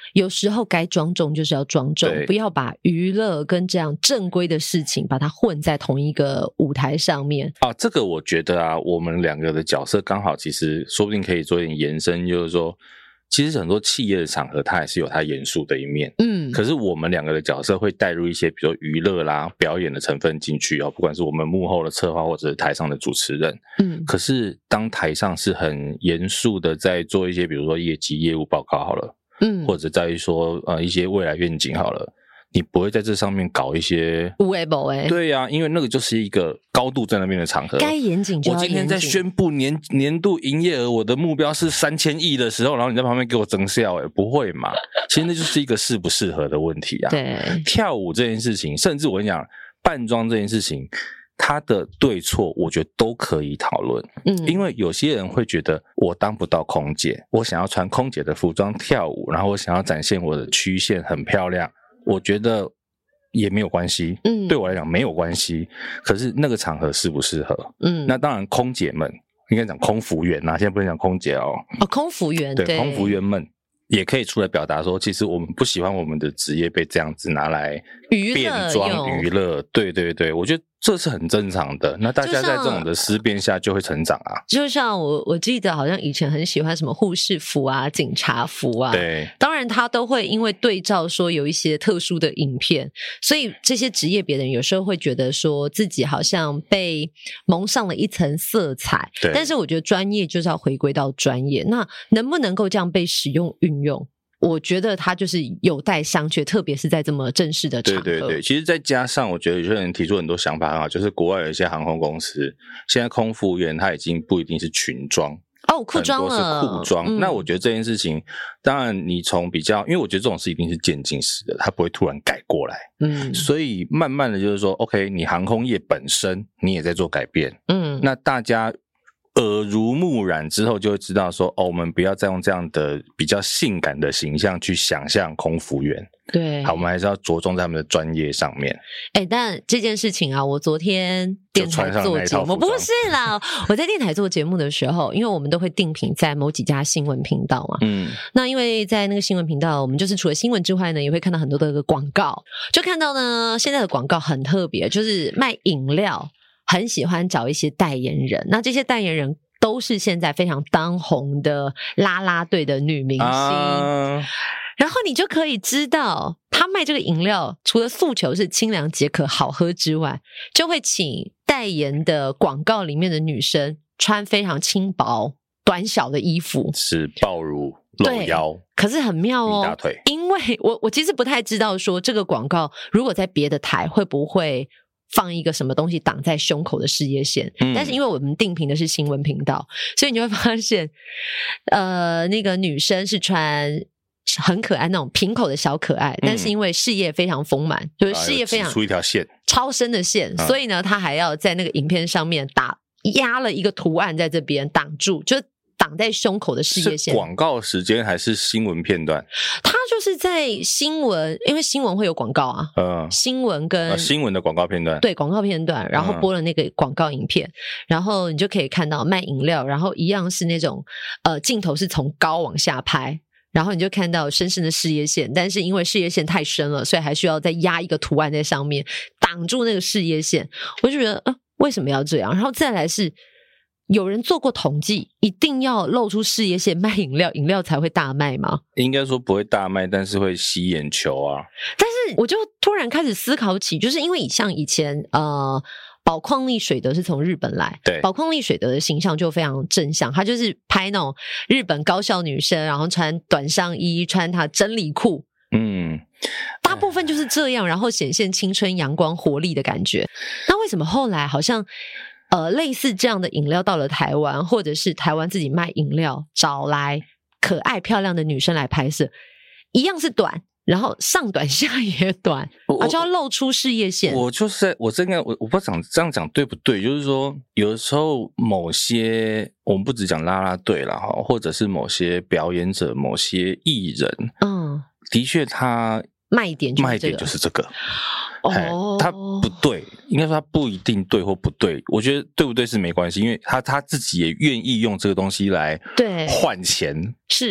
有时候该庄重就是要庄重，不要把娱乐跟这样正规的事情把它混在同一个舞台上面啊。这个我觉得啊，我们两个的角色刚好其实说不定可以做一点延伸，就是说其实很多企业的场合它也是有它严肃的一面，可是我们两个的角色会带入一些比如说娱乐啦表演的成分进去不管是我们幕后的策划或者是台上的主持人，可是当台上是很严肃的在做一些比如说业绩业务报告好了，或者在于说一些未来愿景好了，你不会在这上面搞一些有的没的。 对啊，因为那个就是一个高度在那边的场合， 该严谨就要严谨。 我今天在宣布年度营业额我的目标是3000亿的时候，然后你在旁边给我增笑不会嘛。其实那就是一个适不适合的问题啊。 对， 跳舞这件事情，甚至我跟你讲扮装这件事情，它的对错我觉得都可以讨论。因为有些人会觉得我当不到空姐，我想要穿空姐的服装跳舞，然后我想要展现我的曲线很漂亮，我觉得也没有关系，对我来讲没有关系。可是那个场合适不适合？那当然空姐们应该讲空服员现在不能讲空姐空服员对空服员们也可以出来表达说，其实我们不喜欢我们的职业被这样子拿来变装娱乐。对对对，我觉得这是很正常的。那大家在这种的思辨下就会成长啊。 就像我记得好像以前很喜欢什么护士服啊、警察服啊， 对， 当然他都会因为对照说有一些特殊的影片，所以这些职业别人有时候会觉得说自己好像被蒙上了一层色彩。 对， 但是我觉得专业就是要回归到专业，那能不能够这样被使用运用，我觉得它就是有待商榷，特别是在这么正式的场合。 对对对，其实再加上我觉得有些人提出很多想法很好，就是国外有一些航空公司现在空服员他已经不一定是裙装裤装了， 很多是裤装。那我觉得这件事情当然你从比较，因为我觉得这种事一定是渐进式的，它不会突然改过来。所以慢慢的就是说 OK， 你航空业本身你也在做改变。那大家耳濡目染之后就会知道说我们不要再用这样的比较性感的形象去想象空服员。 对， 好，我们还是要着重在他们的专业上面。 但这件事情啊，我昨天电台做节目，不是啦，我在电台做节目的时候，因为我们都会定频在某几家新闻频道嘛，那因为在那个新闻频道，我们就是除了新闻之外呢，也会看到很多的广告，就看到呢，现在的广告很特别，就是卖饮料，很喜欢找一些代言人，那这些代言人都是现在非常当红的啦啦队的女明星。然后你就可以知道他卖这个饮料除了诉求是清凉解渴好喝之外，就会请代言的广告里面的女生穿非常轻薄短小的衣服， 是暴乳露腰， 可是很妙米大腿。 因为我其实不太知道说这个广告如果在别的台会不会放一个什么东西挡在胸口的事业线，但是因为我们定频的是新闻频道，所以你会发现那个女生是穿很可爱那种平口的小可爱，但是因为事业非常丰满，就是事业非常出一条线超深的线，所以呢她还要在那个影片上面压了一个图案在这边挡住，就挡在胸口的事业线。 是广告时间还是新闻片段？ 它就是在新闻，因为新闻会有广告啊，新闻跟新闻的广告片段， 对，广告片段，然后播了那个广告影片，然后你就可以看到卖饮料，然后一样是那种镜头是从高往下拍，然后你就看到深深的事业线，但是因为事业线太深了，所以还需要再压一个图案在上面挡住那个事业线。我就觉得为什么要这样？然后再来是有人做过统计，一定要露出事业线卖饮料，饮料才会大卖吗？ 应该说不会大卖，但是会吸眼球啊。 但是我就突然开始思考起，就是因为像以前宝矿力水德是从日本来， 对， 宝矿力水德的形象就非常正向，他就是拍那种日本高校女生，然后穿短上衣，穿她真理裤，大部分就是这样，然后显现青春阳光活力的感觉。那为什么后来好像类似这样的饮料到了台湾，或者是台湾自己卖饮料找来可爱漂亮的女生来拍摄，一样是短，然后上短下也短，就要露出事业线。我不知道这样讲对不对，就是说有的时候某些我们不只讲啦啦队啦，或者是某些表演者某些艺人，的确他卖点就是这个他不对，应该说他不一定对或不对，我觉得对不对是没关系，因为他自己也愿意用这个东西来换钱， 是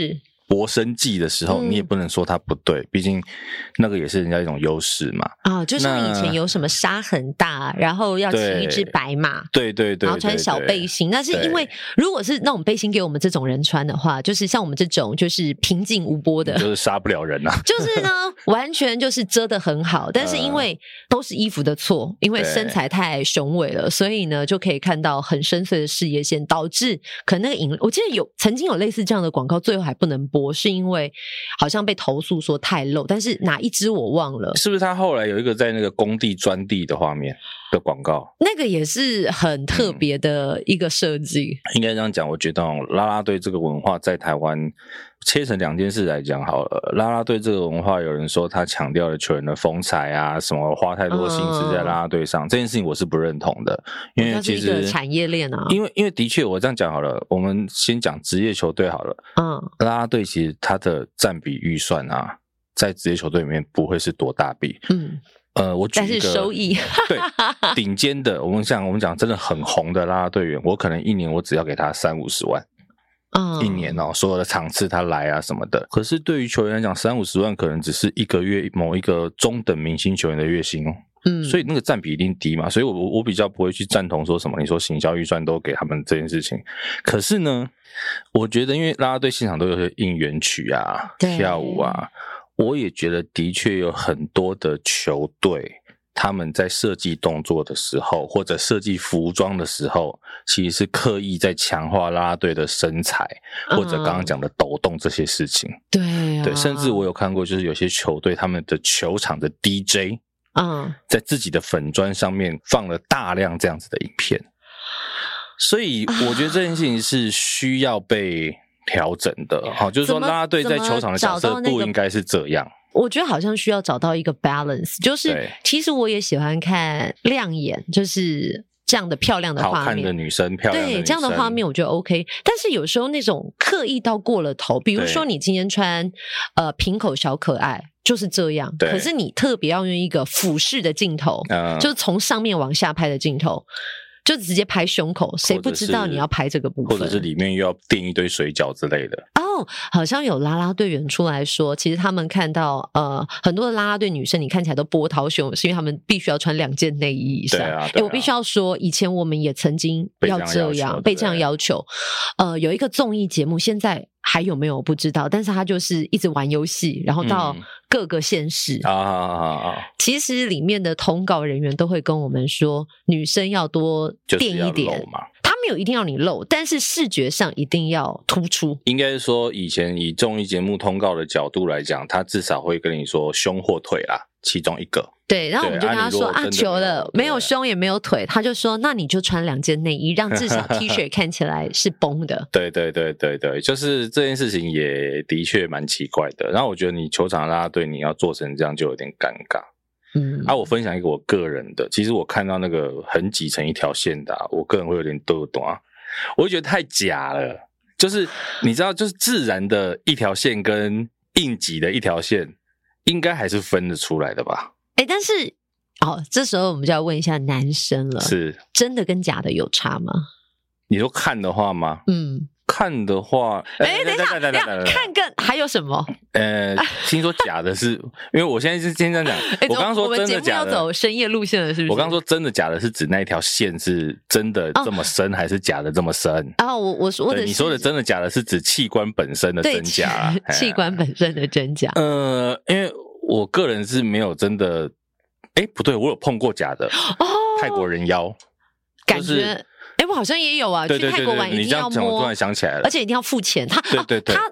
搏生计的时候，你也不能说它不对，毕竟那个也是人家一种优势嘛。 就像以前有什么沙很大，然后要骑一只白马， 对， 然后穿小背心。那是因为如果是那种背心给我们这种人穿的话，就是像我们这种就是平静无波的， 就是杀不了人啊。 就是呢，完全就是遮得很好，但是因为都是衣服的错，因为身材太雄伟了，所以呢就可以看到很深邃的事业线，导致可能那个我记得曾经有类似这样的广告，最后还不能播，是因为好像被投诉说太露，但是哪一支我忘了。 是不是他后来有一个在那个工地钻地的画面的广告？ 那个也是很特别的一个设计。 应该这样讲，我觉得啦啦队这个文化在台湾切成2件事来讲好了。啦啦队这个文化，有人说他强调了球员的风采啊，什么花太多心思在啦啦队上，这件事情我是不认同的，因为其实它是一个产业链啊。 因为的确，我这样讲好了，我们先讲职业球队好了。啦啦队其实它的占比预算啊，在职业球队里面不会是多大笔。我举一个，但是收益对顶尖的，我们讲真的很红的啦啦队员，我可能一年我只要给他30-50万。一年所有的场次他来啊什么的。可是对于球员来讲，30-50万可能只是一个月某一个中等明星球员的月薪所以那个占比一定低嘛。所以我比较不会去赞同说什么你说行销预算都给他们这件事情。可是呢，我觉得因为啦啦队现场都有些应援曲啊、跳舞啊，我也觉得的确有很多的球队他们在设计动作的时候，或者设计服装的时候，其实是刻意在强化啦啦队的身材，或者刚刚讲的抖动这些事情。对，甚至我有看过，就是有些球队他们的球场的 DJ，在自己的粉专上面放了大量这样子的影片。所以我觉得这件事情是需要被调整的。就是说啦啦队在球场的角色不应该是这样。 我觉得好像需要找到一个 balance， 就是其实我也喜欢看亮眼，就是这样的漂亮的画面， 好看的女生，漂亮的女生， 对，这样的画面我觉得 OK。但是有时候那种刻意到过了头，比如说你今天穿平口小可爱就是这样，可是你特别要用一个俯视的镜头，就是从上面往下拍的镜头，就直接拍胸口，谁不知道你要拍这个部分？ 或者是里面又要垫一堆水饺之类的。 好像有啦啦队员出来说，其实他们看到很多的啦啦队女生，你看起来都波涛汹涌，是因为他们必须要穿2件内衣以上。我必须要说，以前我们也曾经要这样被这样要求。有一个综艺节目，现在还有没有我不知道，但是他就是一直玩游戏，然后到各个县市其实里面的通告人员都会跟我们说，女生要多垫一点，他没有一定要你露，但是视觉上一定要突出。 应该是说以前以综艺节目通告的角度来讲，他至少会跟你说胸或腿啦，其中一个。 对，然后我们就跟他说求了，没有胸也没有腿，他就说那你就穿2件内衣，让至少 T 恤看起来是绷的。 对，就是这件事情也的确蛮奇怪的。然后我觉得你球场啦啦队你要做成这样就有点尴尬。我分享一个我个人的，其实我看到那个很挤成一条线的我个人会有点抖动我会觉得太假了。就是你知道，就是自然的一条线跟硬挤的一条线应该还是分得出来的吧。 但是这时候我们就要问一下男生了，是真的跟假的有差吗？ 你说看的话吗？看的话， 等一下，看跟还有什么？ 听说假的是，因为我现在是先这样讲，我刚刚说真的假的， 我们节目要走深夜路线了，是不是？ 我刚刚说真的假的是指那一条线是真的这么深，还是假的这么深？ 我说的是， 你说的真的假的是指器官本身的真假， 器官本身的真假。 因为我个人是没有真的，不对，我有碰过假的泰国人妖， 感觉。我好像也有啊，去泰国玩一定要摸， 你这样讲我突然想起来了， 而且一定要付钱。他是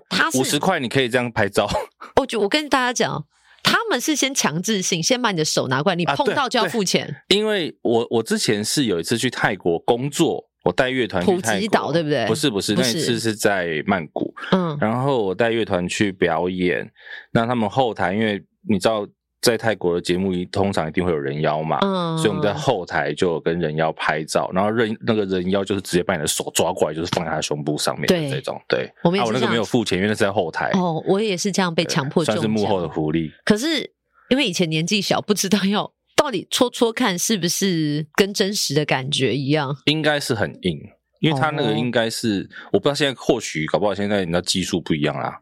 50块你可以这样拍照。 我跟大家讲，他们是先强制性，先把你的手拿过来，你碰到就要付钱。 因为我之前是有一次去泰国工作，我带乐团去泰国， 普吉岛对不对？ 不是，那一次是在曼谷。然后我带乐团去表演，那他们后台，因为你知道。在泰国的节目通常一定会有人妖嘛，所以我们在后台就有跟人妖拍照，然后那个人妖就是直接把你的手抓过来，就是放在他的胸部上面的这种。对， 我们也是那个没有付钱，因为那是在后台。 我也是这样被强迫中奖， 算是幕后的福利。 可是因为以前年纪小，不知道要到底戳看是不是跟真实的感觉一样， 应该是很硬。因为他那个应该是我不知道现在或许搞不好现在你知道技术不一样啦，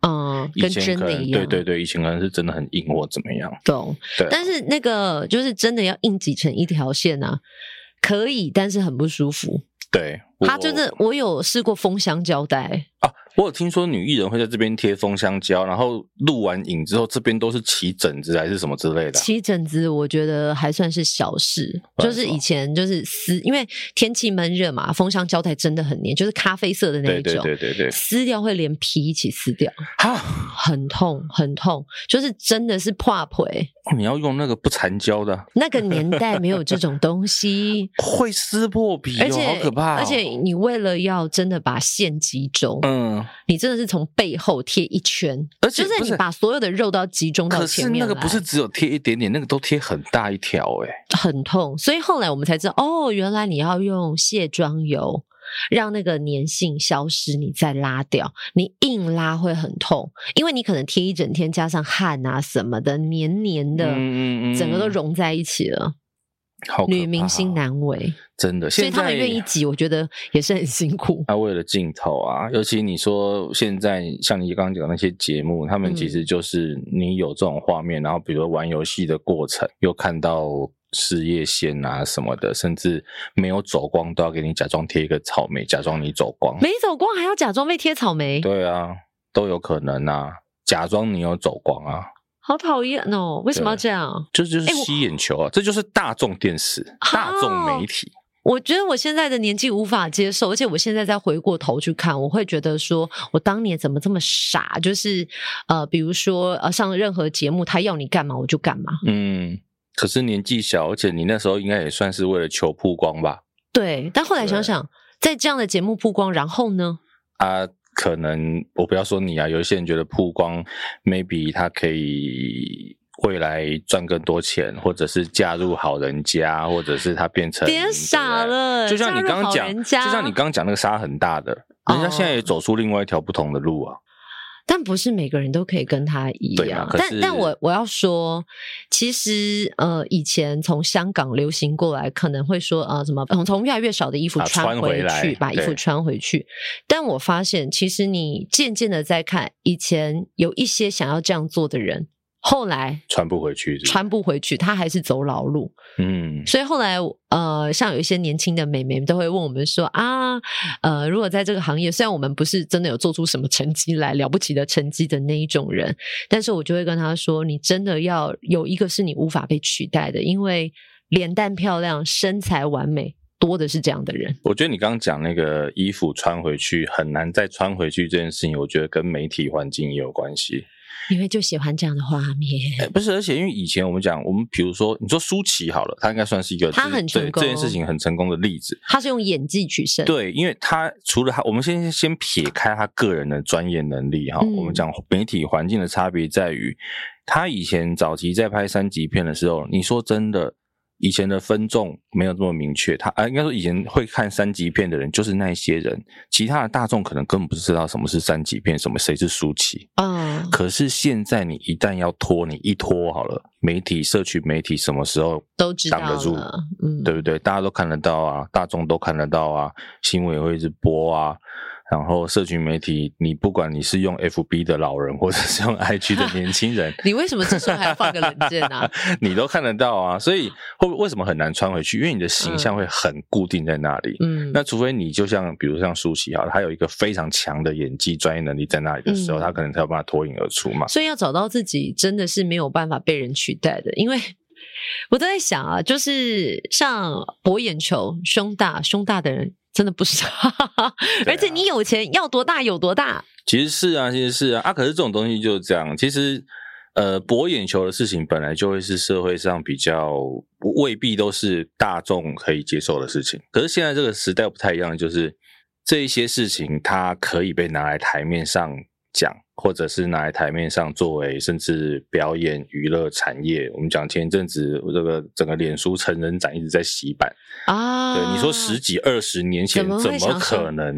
跟真的一样。 对，以前可能是真的很硬或怎么样。 懂。 对， 但是那个就是真的要硬挤成一条线啊，可以，但是很不舒服。 对， 它就是我有试过封箱胶带啊，我有听说女艺人会在这边贴封箱胶，然后录完影之后这边都是起疹子还是什么之类的。 起疹子我觉得还算是小事，就是以前就是撕，因为天气闷热嘛，封箱胶带真的很黏，就是咖啡色的那一种， 对， 撕掉会连皮一起撕掉，很痛很痛，就是真的是破皮。 你要用那个不缠胶的， 那个年代没有这种东西， 会撕破皮哦，好可怕哦。 而且你为了要真的把线集中，你真的是从背后贴一圈， 而且就是你把所有的肉都要集中到前面来。 可是那个不是只有贴一点点，那个都贴很大一条很痛。所以后来我们才知道，哦，原来你要用卸妆油让那个粘性消失，你再拉掉，你硬拉会很痛，因为你可能贴一整天，加上汗啊什么的，黏黏的，整个都融在一起了。女明星难为， 真的， 所以他们愿意挤，我觉得也是很辛苦。 为了镜头啊，尤其你说现在像你刚刚讲的那些节目，他们其实就是你有这种画面，然后比如说玩游戏的过程，又看到事业线啊什么的，甚至没有走光都要给你假装贴一个草莓，假装你走光， 没走光还要假装被贴草莓。 对啊，都有可能啊，假装你有走光啊。 好讨厌哦！为什么要这样？ 就是吸眼球啊，这就是大众电视、大众媒体。 我觉得我现在的年纪无法接受，而且我现在再回过头去看，我会觉得说我当年怎么这么傻？就是比如说上任何节目，他要你干嘛我就干嘛。 可是年纪小，而且你那时候应该也算是为了求曝光吧？ 对，但后来想想，在这样的节目曝光，然后呢？ 可能我不要说你啊，有一些人觉得曝光 maybe 他可以未来赚更多钱，或者是嫁入好人家，或者是他变成别傻了， 就像你刚刚讲那个沙很大的，人家现在也走出另外一条不同的路啊。 但不是每个人都可以跟他一样。但我要说，其实以前从香港流行过来，可能会说什么从越来越少的衣服穿回去，把衣服穿回去。但我发现，其实你渐渐的在看，以前有一些想要这样做的人，后来穿不回去， 他还是走老路。所以后来像有一些年轻的美眉都会问我们说如果在这个行业，虽然我们不是真的有做出什么成绩来了不起的成绩的那一种人，但是我就会跟他说，你真的要有一个是你无法被取代的，因为脸蛋漂亮，身材完美，多的是这样的人。 我觉得你刚刚讲那个衣服穿回去很难再穿回去这件事情，我觉得跟媒体环境也有关系。 因为就喜欢这样的画面， 不是，而且因为以前我们比如说你说舒淇好了，她应该算是一个她很成功， 这件事情很成功的例子。 她是用演技取胜， 对，因为她除了我们先撇开她个人的专业能力我们讲媒体环境的差别在于，她以前早期在拍3级片的时候，你说真的。以前的分众没有这么明确，应该说以前会看3级片的人就是那些人，其他的大众可能根本不知道什么是3级片，谁是舒淇。可是现在你一旦要拖，你一拖好了，媒体、社群媒体什么时候都知道挡得住，对不对？大家都看得到啊，大众都看得到啊，新闻也会一直播啊。然后社群媒体，你不管你是用 FB 的老人或者是用 IG 的年轻人你为什么这时候还要放个冷箭啊你都看得到啊，所以为什么很难穿回去？因为你的形象会很固定在那里。那除非你就像比如像舒淇他有一个非常强的演技专业能力在那里的时候，他可能才有办法脱颖而出嘛。 所以要找到自己真的是没有办法被人取代的，因为我都在想啊，就是像博眼球胸大的人真的不少而且你有钱要多大有多大。 其实是啊可是这种东西就是这样。其实博眼球的事情本来就会是社会上比较未必都是大众可以接受的事情，可是现在这个时代不太一样，就是这一些事情它可以被拿来台面上讲，或者是拿来台面上作为甚至表演娱乐产业。我们讲前一阵子这个整个脸书成人展一直在洗版对，你说10几20年前怎么可能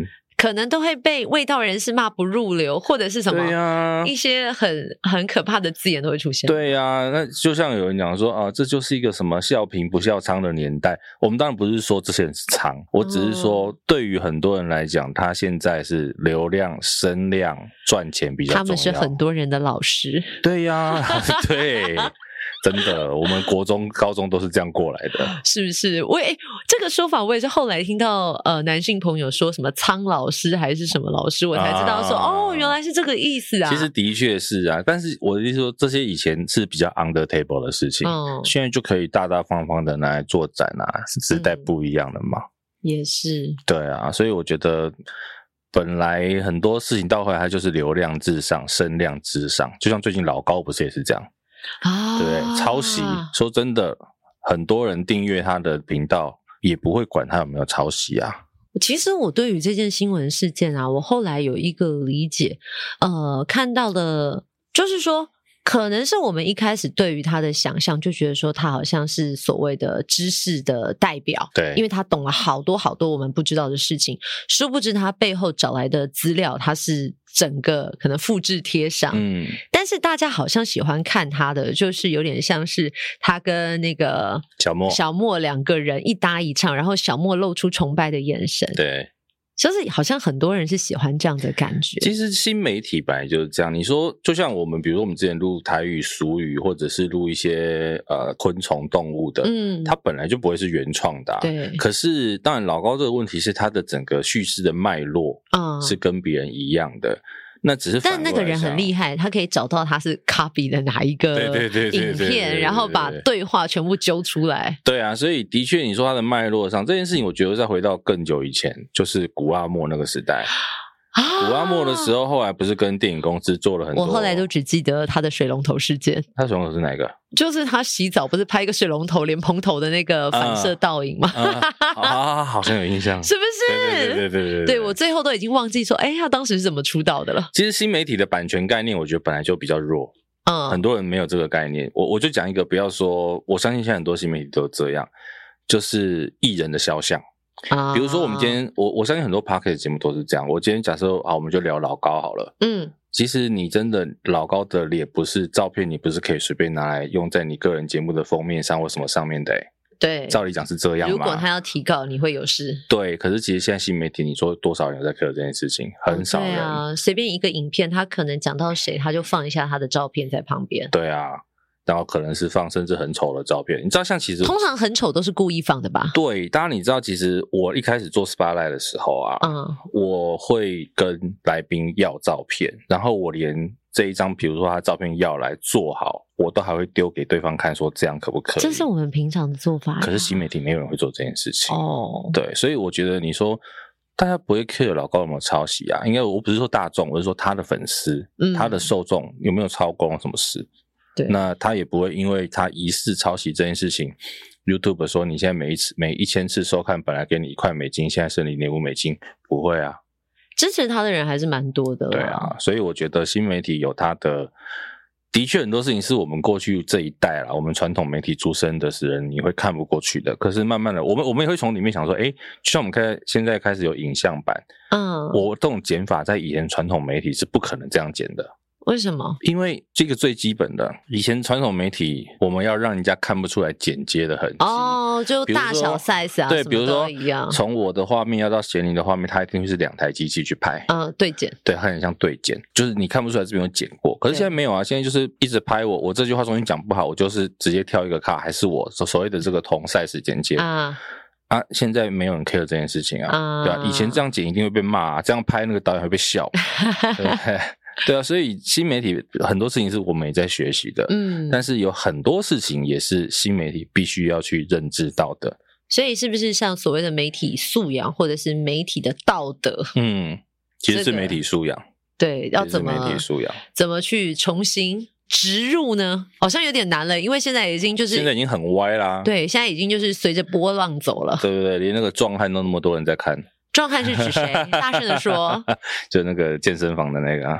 可能都会被卫道人士骂不入流，或者是什么对啊， 一些很可怕的字眼都会出现。 对啊，那就像有人讲说啊，这就是一个什么笑贫不笑娼的年代。我们当然不是说这些人是娼，我只是说对于很多人来讲，他现在是流量、声量、赚钱比较重要。 他们是很多人的老师。 对呀，对。真的，我们国中、高中都是这样过来的， 是不是？这个说法我也是后来听到男性朋友说什么苍老师还是什么老师，我才知道说哦，原来是这个意思啊。 其实的确是啊，但是我的意思说，这些以前是比较 under table 的事情，现在就可以大大方方的拿来做展啊，时代不一样了嘛。 也是。对啊，所以我觉得本来很多事情到后来它就是流量至上、声量至上，就像最近老高不是也是这样。对，抄袭，说真的，很多人订阅他的频道也不会管他有没有抄袭啊。 其实我对于这件新闻事件啊，我后来有一个理解，看到的就是说可能是我们一开始对于他的想象就觉得说他好像是所谓的知识的代表， 对， 因为他懂了好多好多我们不知道的事情，殊不知他背后找来的资料他是整个可能复制贴上，但是大家好像喜欢看他的就是有点像是他跟那个小莫两个人一搭一唱，然后小莫露出崇拜的眼神， 对， 就是好像很多人是喜欢这样的感觉。 其实新媒体本来就是这样，你说就像我们比如说我们之前录台语俗语或者是录一些昆虫动物的，它本来就不会是原创的， 对。 可是当然老高这个问题是他的整个叙事的脉络是跟别人一样的，那只是但那个人很厉害，他可以找到他是 copy 的哪一个影片，然后把对话全部揪出来。 对啊，所以的确你说他的脉络上这件事情，我觉得再回到更久以前，就是古阿莫那个时代。古阿莫的时候，后来不是跟电影公司做了很多， 我后来都只记得他的水龙头事件。 他水龙头是哪一个？ 就是他洗澡不是拍一个水龙头连蓬头的那个反射倒影吗？ 好像有印象， 是不是？对，我最后都已经忘记说，他当时是怎么出道的了。 其实新媒体的版权概念，我觉得本来就比较弱，很多人没有这个概念。我就讲一个，不要说，我相信现在很多新媒体都这样，就是艺人的肖像。比如说我们今天我相信很多 podcast 节目都是这样，我今天假设我们就聊老高好了，其实你真的老高的脸不是照片，你不是可以随便拿来用在你个人节目的封面上或什么上面的对， 照理讲是这样嘛。 如果他要提告你会有事。 对，可是其实现在新媒体你说多少人在 care 这件事情，很少人。对啊，随便一个影片他可能讲到谁他就放一下他的照片在旁边。 对啊，然后可能是放甚至很丑的照片，你知道像其实通常很丑都是故意放的吧？ 对，当然你知道其实我一开始做 Spotlight 的时候啊，我会跟来宾要照片，然后我连这一张比如说他照片要来做好，我都还会丢给对方看说这样可不可以。 这是我们平常的做法。 可是新媒体没有人会做这件事情对，所以我觉得你说大家不会 care 老高有没有抄袭啊，应该我不是说大众，我是说他的粉丝他的受众有没有抄功什么事。对，那他也不会因为他疑似抄袭这件事情 YouTube 说你现在每1000次收看本来给你$1，现在是你$0.05，不会啊， 支持他的人还是蛮多的。 对啊，所以我觉得新媒体有他的确很多事情是我们过去这一代啦，我们传统媒体出身的人你会看不过去的，可是慢慢的我们也会从里面想说就像我们现在开始有影像版，我这种剪法在以前传统媒体是不可能这样剪的。 为什么？ 因为这个最基本的，以前传统媒体我们要让人家看不出来剪接的痕迹就大小 size 啊， 对，比如说一样， 从我的画面要到贤玲的画面，它一定是2台机器去拍对剪， 对，它很像对剪，就是你看不出来这边有剪过。可是现在没有啊，现在就是一直拍我这句话重新讲不好，我就是直接挑一个卡，还是我所谓的这个同 size 剪接现在没有人 care 这件事情啊，对吧？以前这样剪一定会被骂这样拍那个导演会被笑对不对？对啊，所以新媒体很多事情是我们也在学习的，但是有很多事情也是新媒体必须要去认知到的。 所以是不是像所谓的媒体素养或者是媒体的道德？ 其实是媒体素养。 对，要怎么媒体素养怎么去重新植入呢？好像有点难了，因为现在已经很歪啦。 对，现在已经就是随着波浪走了。 对对对，连那个壮汉都那么多人在看。 壮汉是指谁？大声的说。 就那个健身房的那个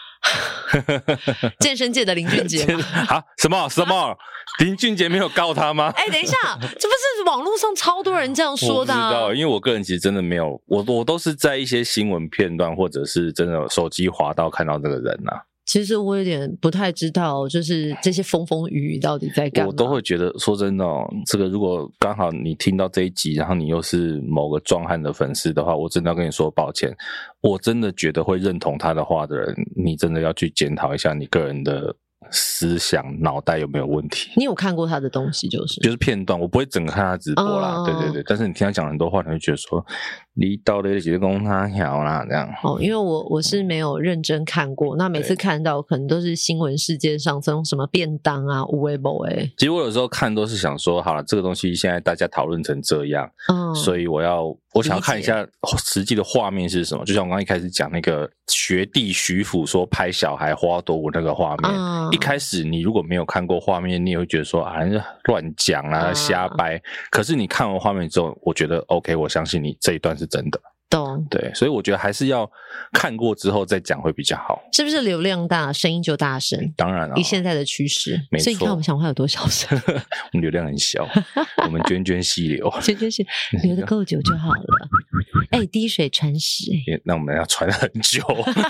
健身界的林俊杰吗？ 什么林俊杰没有告他吗？ 等一下，这不是网络上超多人这样说的、啊。 我不知道，因为我个人其实真的没有，我都是在一些新闻片段或者是真的手机滑到看到这个人啊。 其实我有点不太知道，就是这些风风雨雨到底在干嘛。 我都会觉得，说真的哦，这个如果刚好你听到这一集，然后你又是某个壮汉的粉丝的话，我真的要跟你说抱歉。我真的觉得会认同他的话的人，你真的要去检讨一下你个人的思想脑袋有没有问题。 你有看过他的东西就是片段，我不会整个看他直播啦，对对对。但是你听他讲很多话，你会觉得说你到底几个公他小啦这样。 因为我是没有认真看过，那每次看到可能都是新闻事件上这种什么便当啊、无为不为。 其实我有时候看都是想说，好了，这个东西现在大家讨论成这样，所以我想要看一下实际的画面是什么。就像我刚刚一开始讲那个学弟徐府说拍小孩花多舞那个画面，一开始你如果没有看过画面，你也会觉得说啊，乱讲啊，瞎掰。可是你看完画面之后，我觉得 OK， 我相信你这一段是真的。 懂。 对，所以我觉得还是要看过之后再讲会比较好。 是不是流量大，声音就大声？ 当然了， 以现在的趋势， 没错。 所以你看我们讲话有多小声， 我们流量很小，我们涓细流， 涓细流得够久就好了。滴水穿石那我们要传很久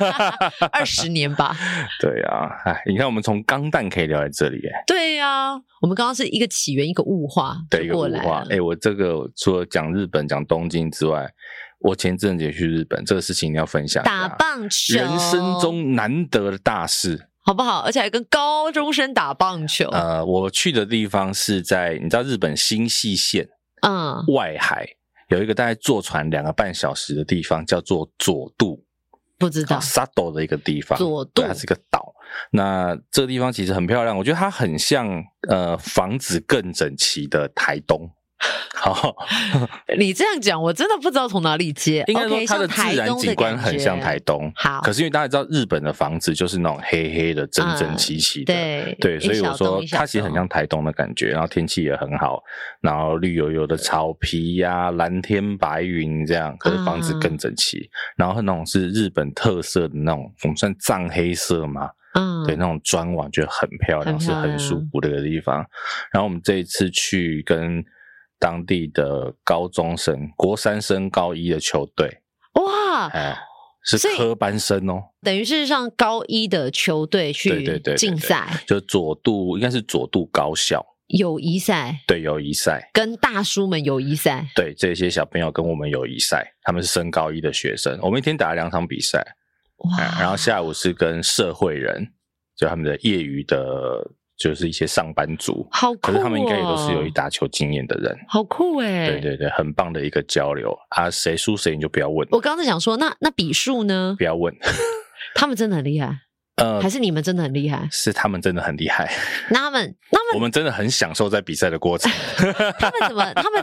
，20年吧。 对啊，你看我们从钢弹可以聊在这里对啊，我们刚刚是一个起源，一个物化， 对，一个物化。我这个除了讲日本、讲东京之外，我前阵子也去日本，这个事情你要分享一下。 打棒球， 人生中难得的大事， 好不好？而且还跟高中生打棒球。 我去的地方是在你知道日本新舄县外海有一个大概坐船2个半小时的地方，叫做佐渡。 不知道 Sato 的一个地方， 佐渡， 它是一个岛。那这个地方其实很漂亮，我觉得它很像房子更整齐的台东。好， 你这样讲我真的不知道从哪里接。 应该说它的自然景观很像台东。 好， 可是因为大家知道日本的房子就是那种黑黑的、整整齐齐的，对，所以我说它其实很像台东的感觉。然后天气也很好，然后绿油油的草皮啊，蓝天白云这样，可是房子更整齐。然后那种是日本特色的那种，我们算藏黑色嘛。对，那种砖瓦觉得很漂亮，是很舒服的一个地方。然后我们这一次去跟当地的高中生国3升高1的球队， 哇， 是科班生哦， 等于是上高1的球队去竞赛， 就佐渡，应该是佐渡高校友谊赛， 对，友谊赛跟大叔们友谊赛， 对，这些小朋友跟我们友谊赛，他们是升高1的学生，我们一天打了2场比赛，然后下午是跟社会人，就他们的业余的。就是一些上班族， 好酷哦！ 可是他们应该也都是有打球经验的人， 好酷对对对，很棒的一个交流啊！谁输谁你就不要问。 我刚才想说，那比数呢？ 不要问， 他们真的很厉害。还是你们真的很厉害？ 是他们真的很厉害。 那他们我们真的很享受在比赛的过程。 他们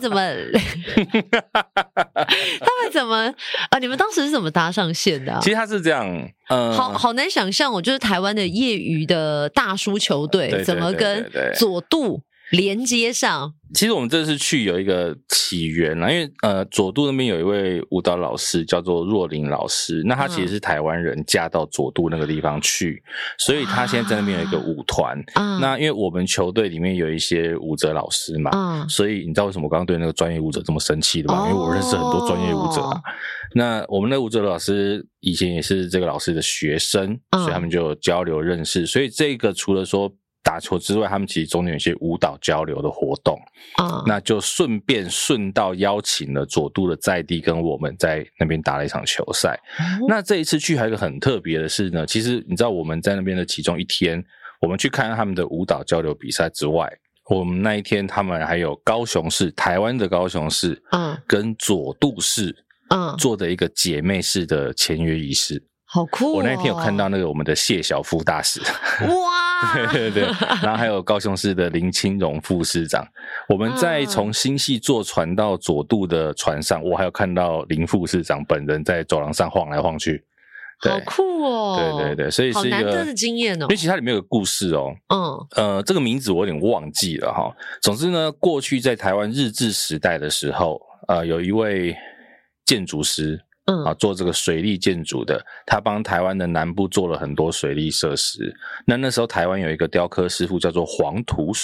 怎么你们当时是怎么搭上线的其实他是这样， 好难想象，我就是台湾的业余的大叔球队怎么跟佐渡连接上。 其实我们这次去有一个起源啦，因为佐渡那边有一位舞蹈老师叫做若琳老师，那他其实是台湾人嫁到佐渡那个地方去，所以他现在在那边有一个舞团。那因为我们球队里面有一些舞者老师嘛，所以你知道为什么我刚刚对那个专业舞者这么生气的吗？因为我认识很多专业舞者啊。那我们的舞者老师以前也是这个老师的学生，所以他们就有交流认识，所以这个除了说打球之外，他们其实中间有一些舞蹈交流的活动，那就顺道邀请了佐渡的在地跟我们在那边打了一场球赛。那这一次去还有一个很特别的是呢，其实你知道我们在那边的其中一天，我们去看他们的舞蹈交流比赛之外，我们那一天他们还有高雄市，台湾的高雄市，跟佐渡市，做的一个姐妹式的签约仪式。 好酷哦！ 我那天有看到那个我们的谢小夫大使， 哇， 对对对，然后还有高雄市的林清荣副市长。我们在从新系坐船到佐渡的船上，我还有看到林副市长本人在走廊上晃来晃去。 好酷哦！ 对对对，所以是一个好难得的经验哦。 因为其实它里面有个故事哦，这个名字我有点忘记了哈。总之呢，过去在台湾日治时代的时候，有一位建筑师。做这个水利建筑的，他帮台湾的南部做了很多水利设施。那时候台湾有一个雕刻师傅叫做黄土水，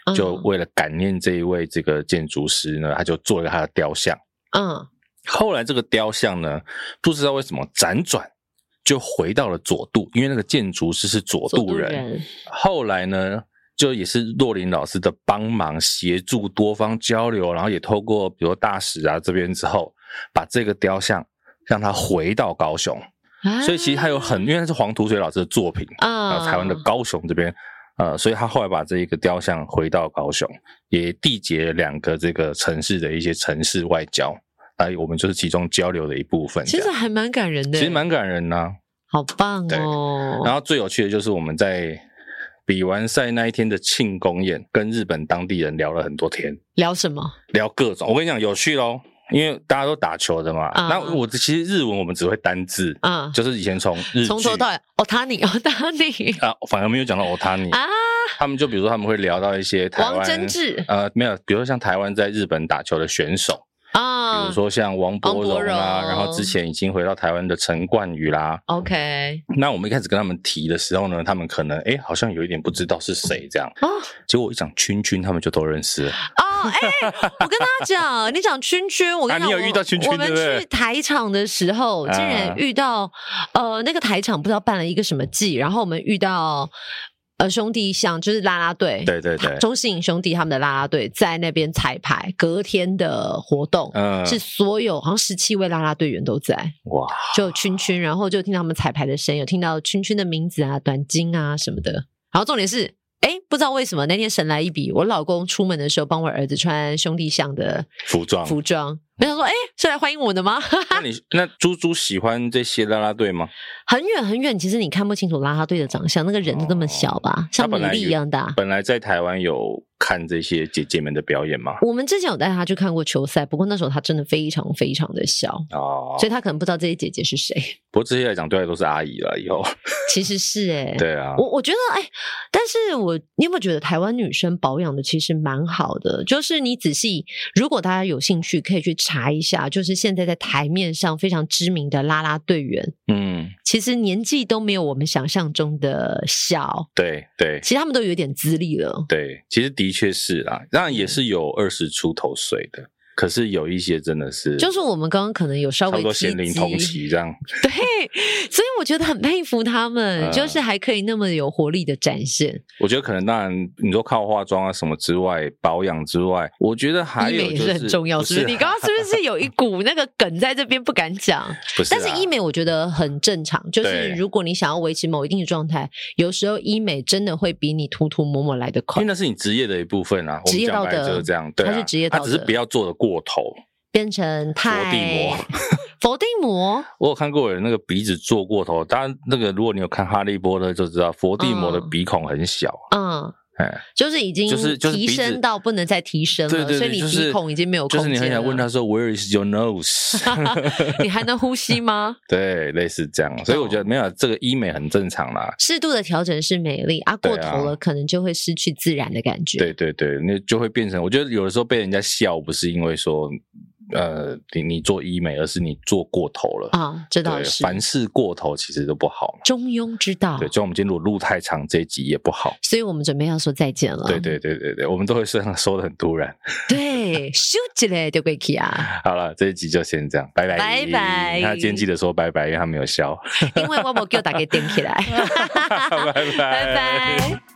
就为了感念这一位这个建筑师呢，他就做了他的雕像。后来这个雕像呢，不知道为什么辗转就回到了佐渡，因为那个建筑师是佐渡人。后来呢，就也是若琳老师的帮忙协助多方交流，然后也透过比如大使啊这边之后，把这个雕像让它回到高雄。所以其实他有因为那是黄土水老师的作品台湾的高雄这边所以他后来把这一个雕像回到高雄，也缔结了2个这个城市的一些城市外交，我们就是其中交流的一部分。 其实还蛮感人的， 其实蛮感人的好棒哦。 然后最有趣的就是我们在比完赛那一天的庆功宴，跟日本当地人聊了很多天。 聊什么？ 聊各种，我跟你讲有趣咯，因为大家都打球的嘛，那我其实日文我们只会单字，就是以前从头到尾Otani 反而没有讲到 Otani 他们就比如说他们会聊到一些台湾王贞治没有，比如说像台湾在日本打球的选手比如说像王柏荣然后之前已经回到台湾的陈冠宇啦 OK 那我们一开始跟他们提的时候呢，他们可能好像有一点不知道是谁这样结果我一讲君君他们就都认识了我跟他讲你讲君君我跟你讲你有遇到君君我们去台场的时候竟然遇到那个台场不知道办了一个什么季，然后我们遇到兄弟像就是啦啦队， 对中信兄弟他们的啦啦队在那边彩排，隔天的活动是所有好像17位啦啦队员都在，哇，就君君，然后就听到他们彩排的声音，有听到君君的名字啊、短金啊什么的，然后重点是不知道为什么那天神来一笔，我老公出门的时候帮我儿子穿兄弟像的服装我想说是来欢迎我的吗那猪猪喜欢这些啦啦队吗？ 很远很远，其实你看不清楚啦啦队的长相，那个人都这么小吧，像米粒一样大。 本来在台湾有看这些姐姐们的表演吗？ 我们之前有带他去看过球赛，不过那时候他真的非常非常的小所以他可能不知道这些姐姐是谁。 不过这些来讲对来都是阿姨了以后其实是对啊， 我觉得但是你有没有觉得台湾女生保养的其实蛮好的，就是你仔细如果大家有兴趣可以去查一下，就是现在在台面上非常知名的啦啦队员其实年纪都没有我们想象中的小，对，其实他们都有点资历了， 对，其实的确是啦，当然也是有20出头岁的，可是有一些真的是就是我们刚刚可能有稍微差不多咸龄同期这样对，所以我觉得很佩服他们就是还可以那么有活力的展现。 我觉得可能当然你说靠化妆啊什么之外，保养之外，我觉得还有医美也是很重要，是不是？你刚刚是不是有一股那个梗在这边不敢讲？不是但是医美我觉得很正常，就是如果你想要维持某一定的状态，有时候医美真的会比你涂涂抹抹来得快， 因为那是你职业的一部分啊， 职业道德就是这样，对它是职业道德， 它只是不要做的过头变成太佛地魔佛地魔我有看过有那个鼻子做过头，当然那个如果你有看哈利波特就知道佛地魔的鼻孔很小就是已经提升到不能再提升了， 对所以你鼻孔已经没有空间了， 就是你很想问他说 Where is your nose 你还能呼吸吗对，类似这样，所以我觉得没有这个医美很正常啦， 适度的调整是美丽过头了可能就会失去自然的感觉， 对，那就会变成我觉得有的时候被人家笑不是因为说你做医美，而是你做过头了这倒是凡事过头其实都不好嘛， 中庸之道， 对，就我们今天如果录太长这一集也不好， 所以我们准备要说再见了， 对，我们都会说得很突然对咻一下就过去好了，这一集就先这样，拜拜拜拜， 他今天记得说拜拜，因为他没有笑因为我没叫大家点起来拜拜。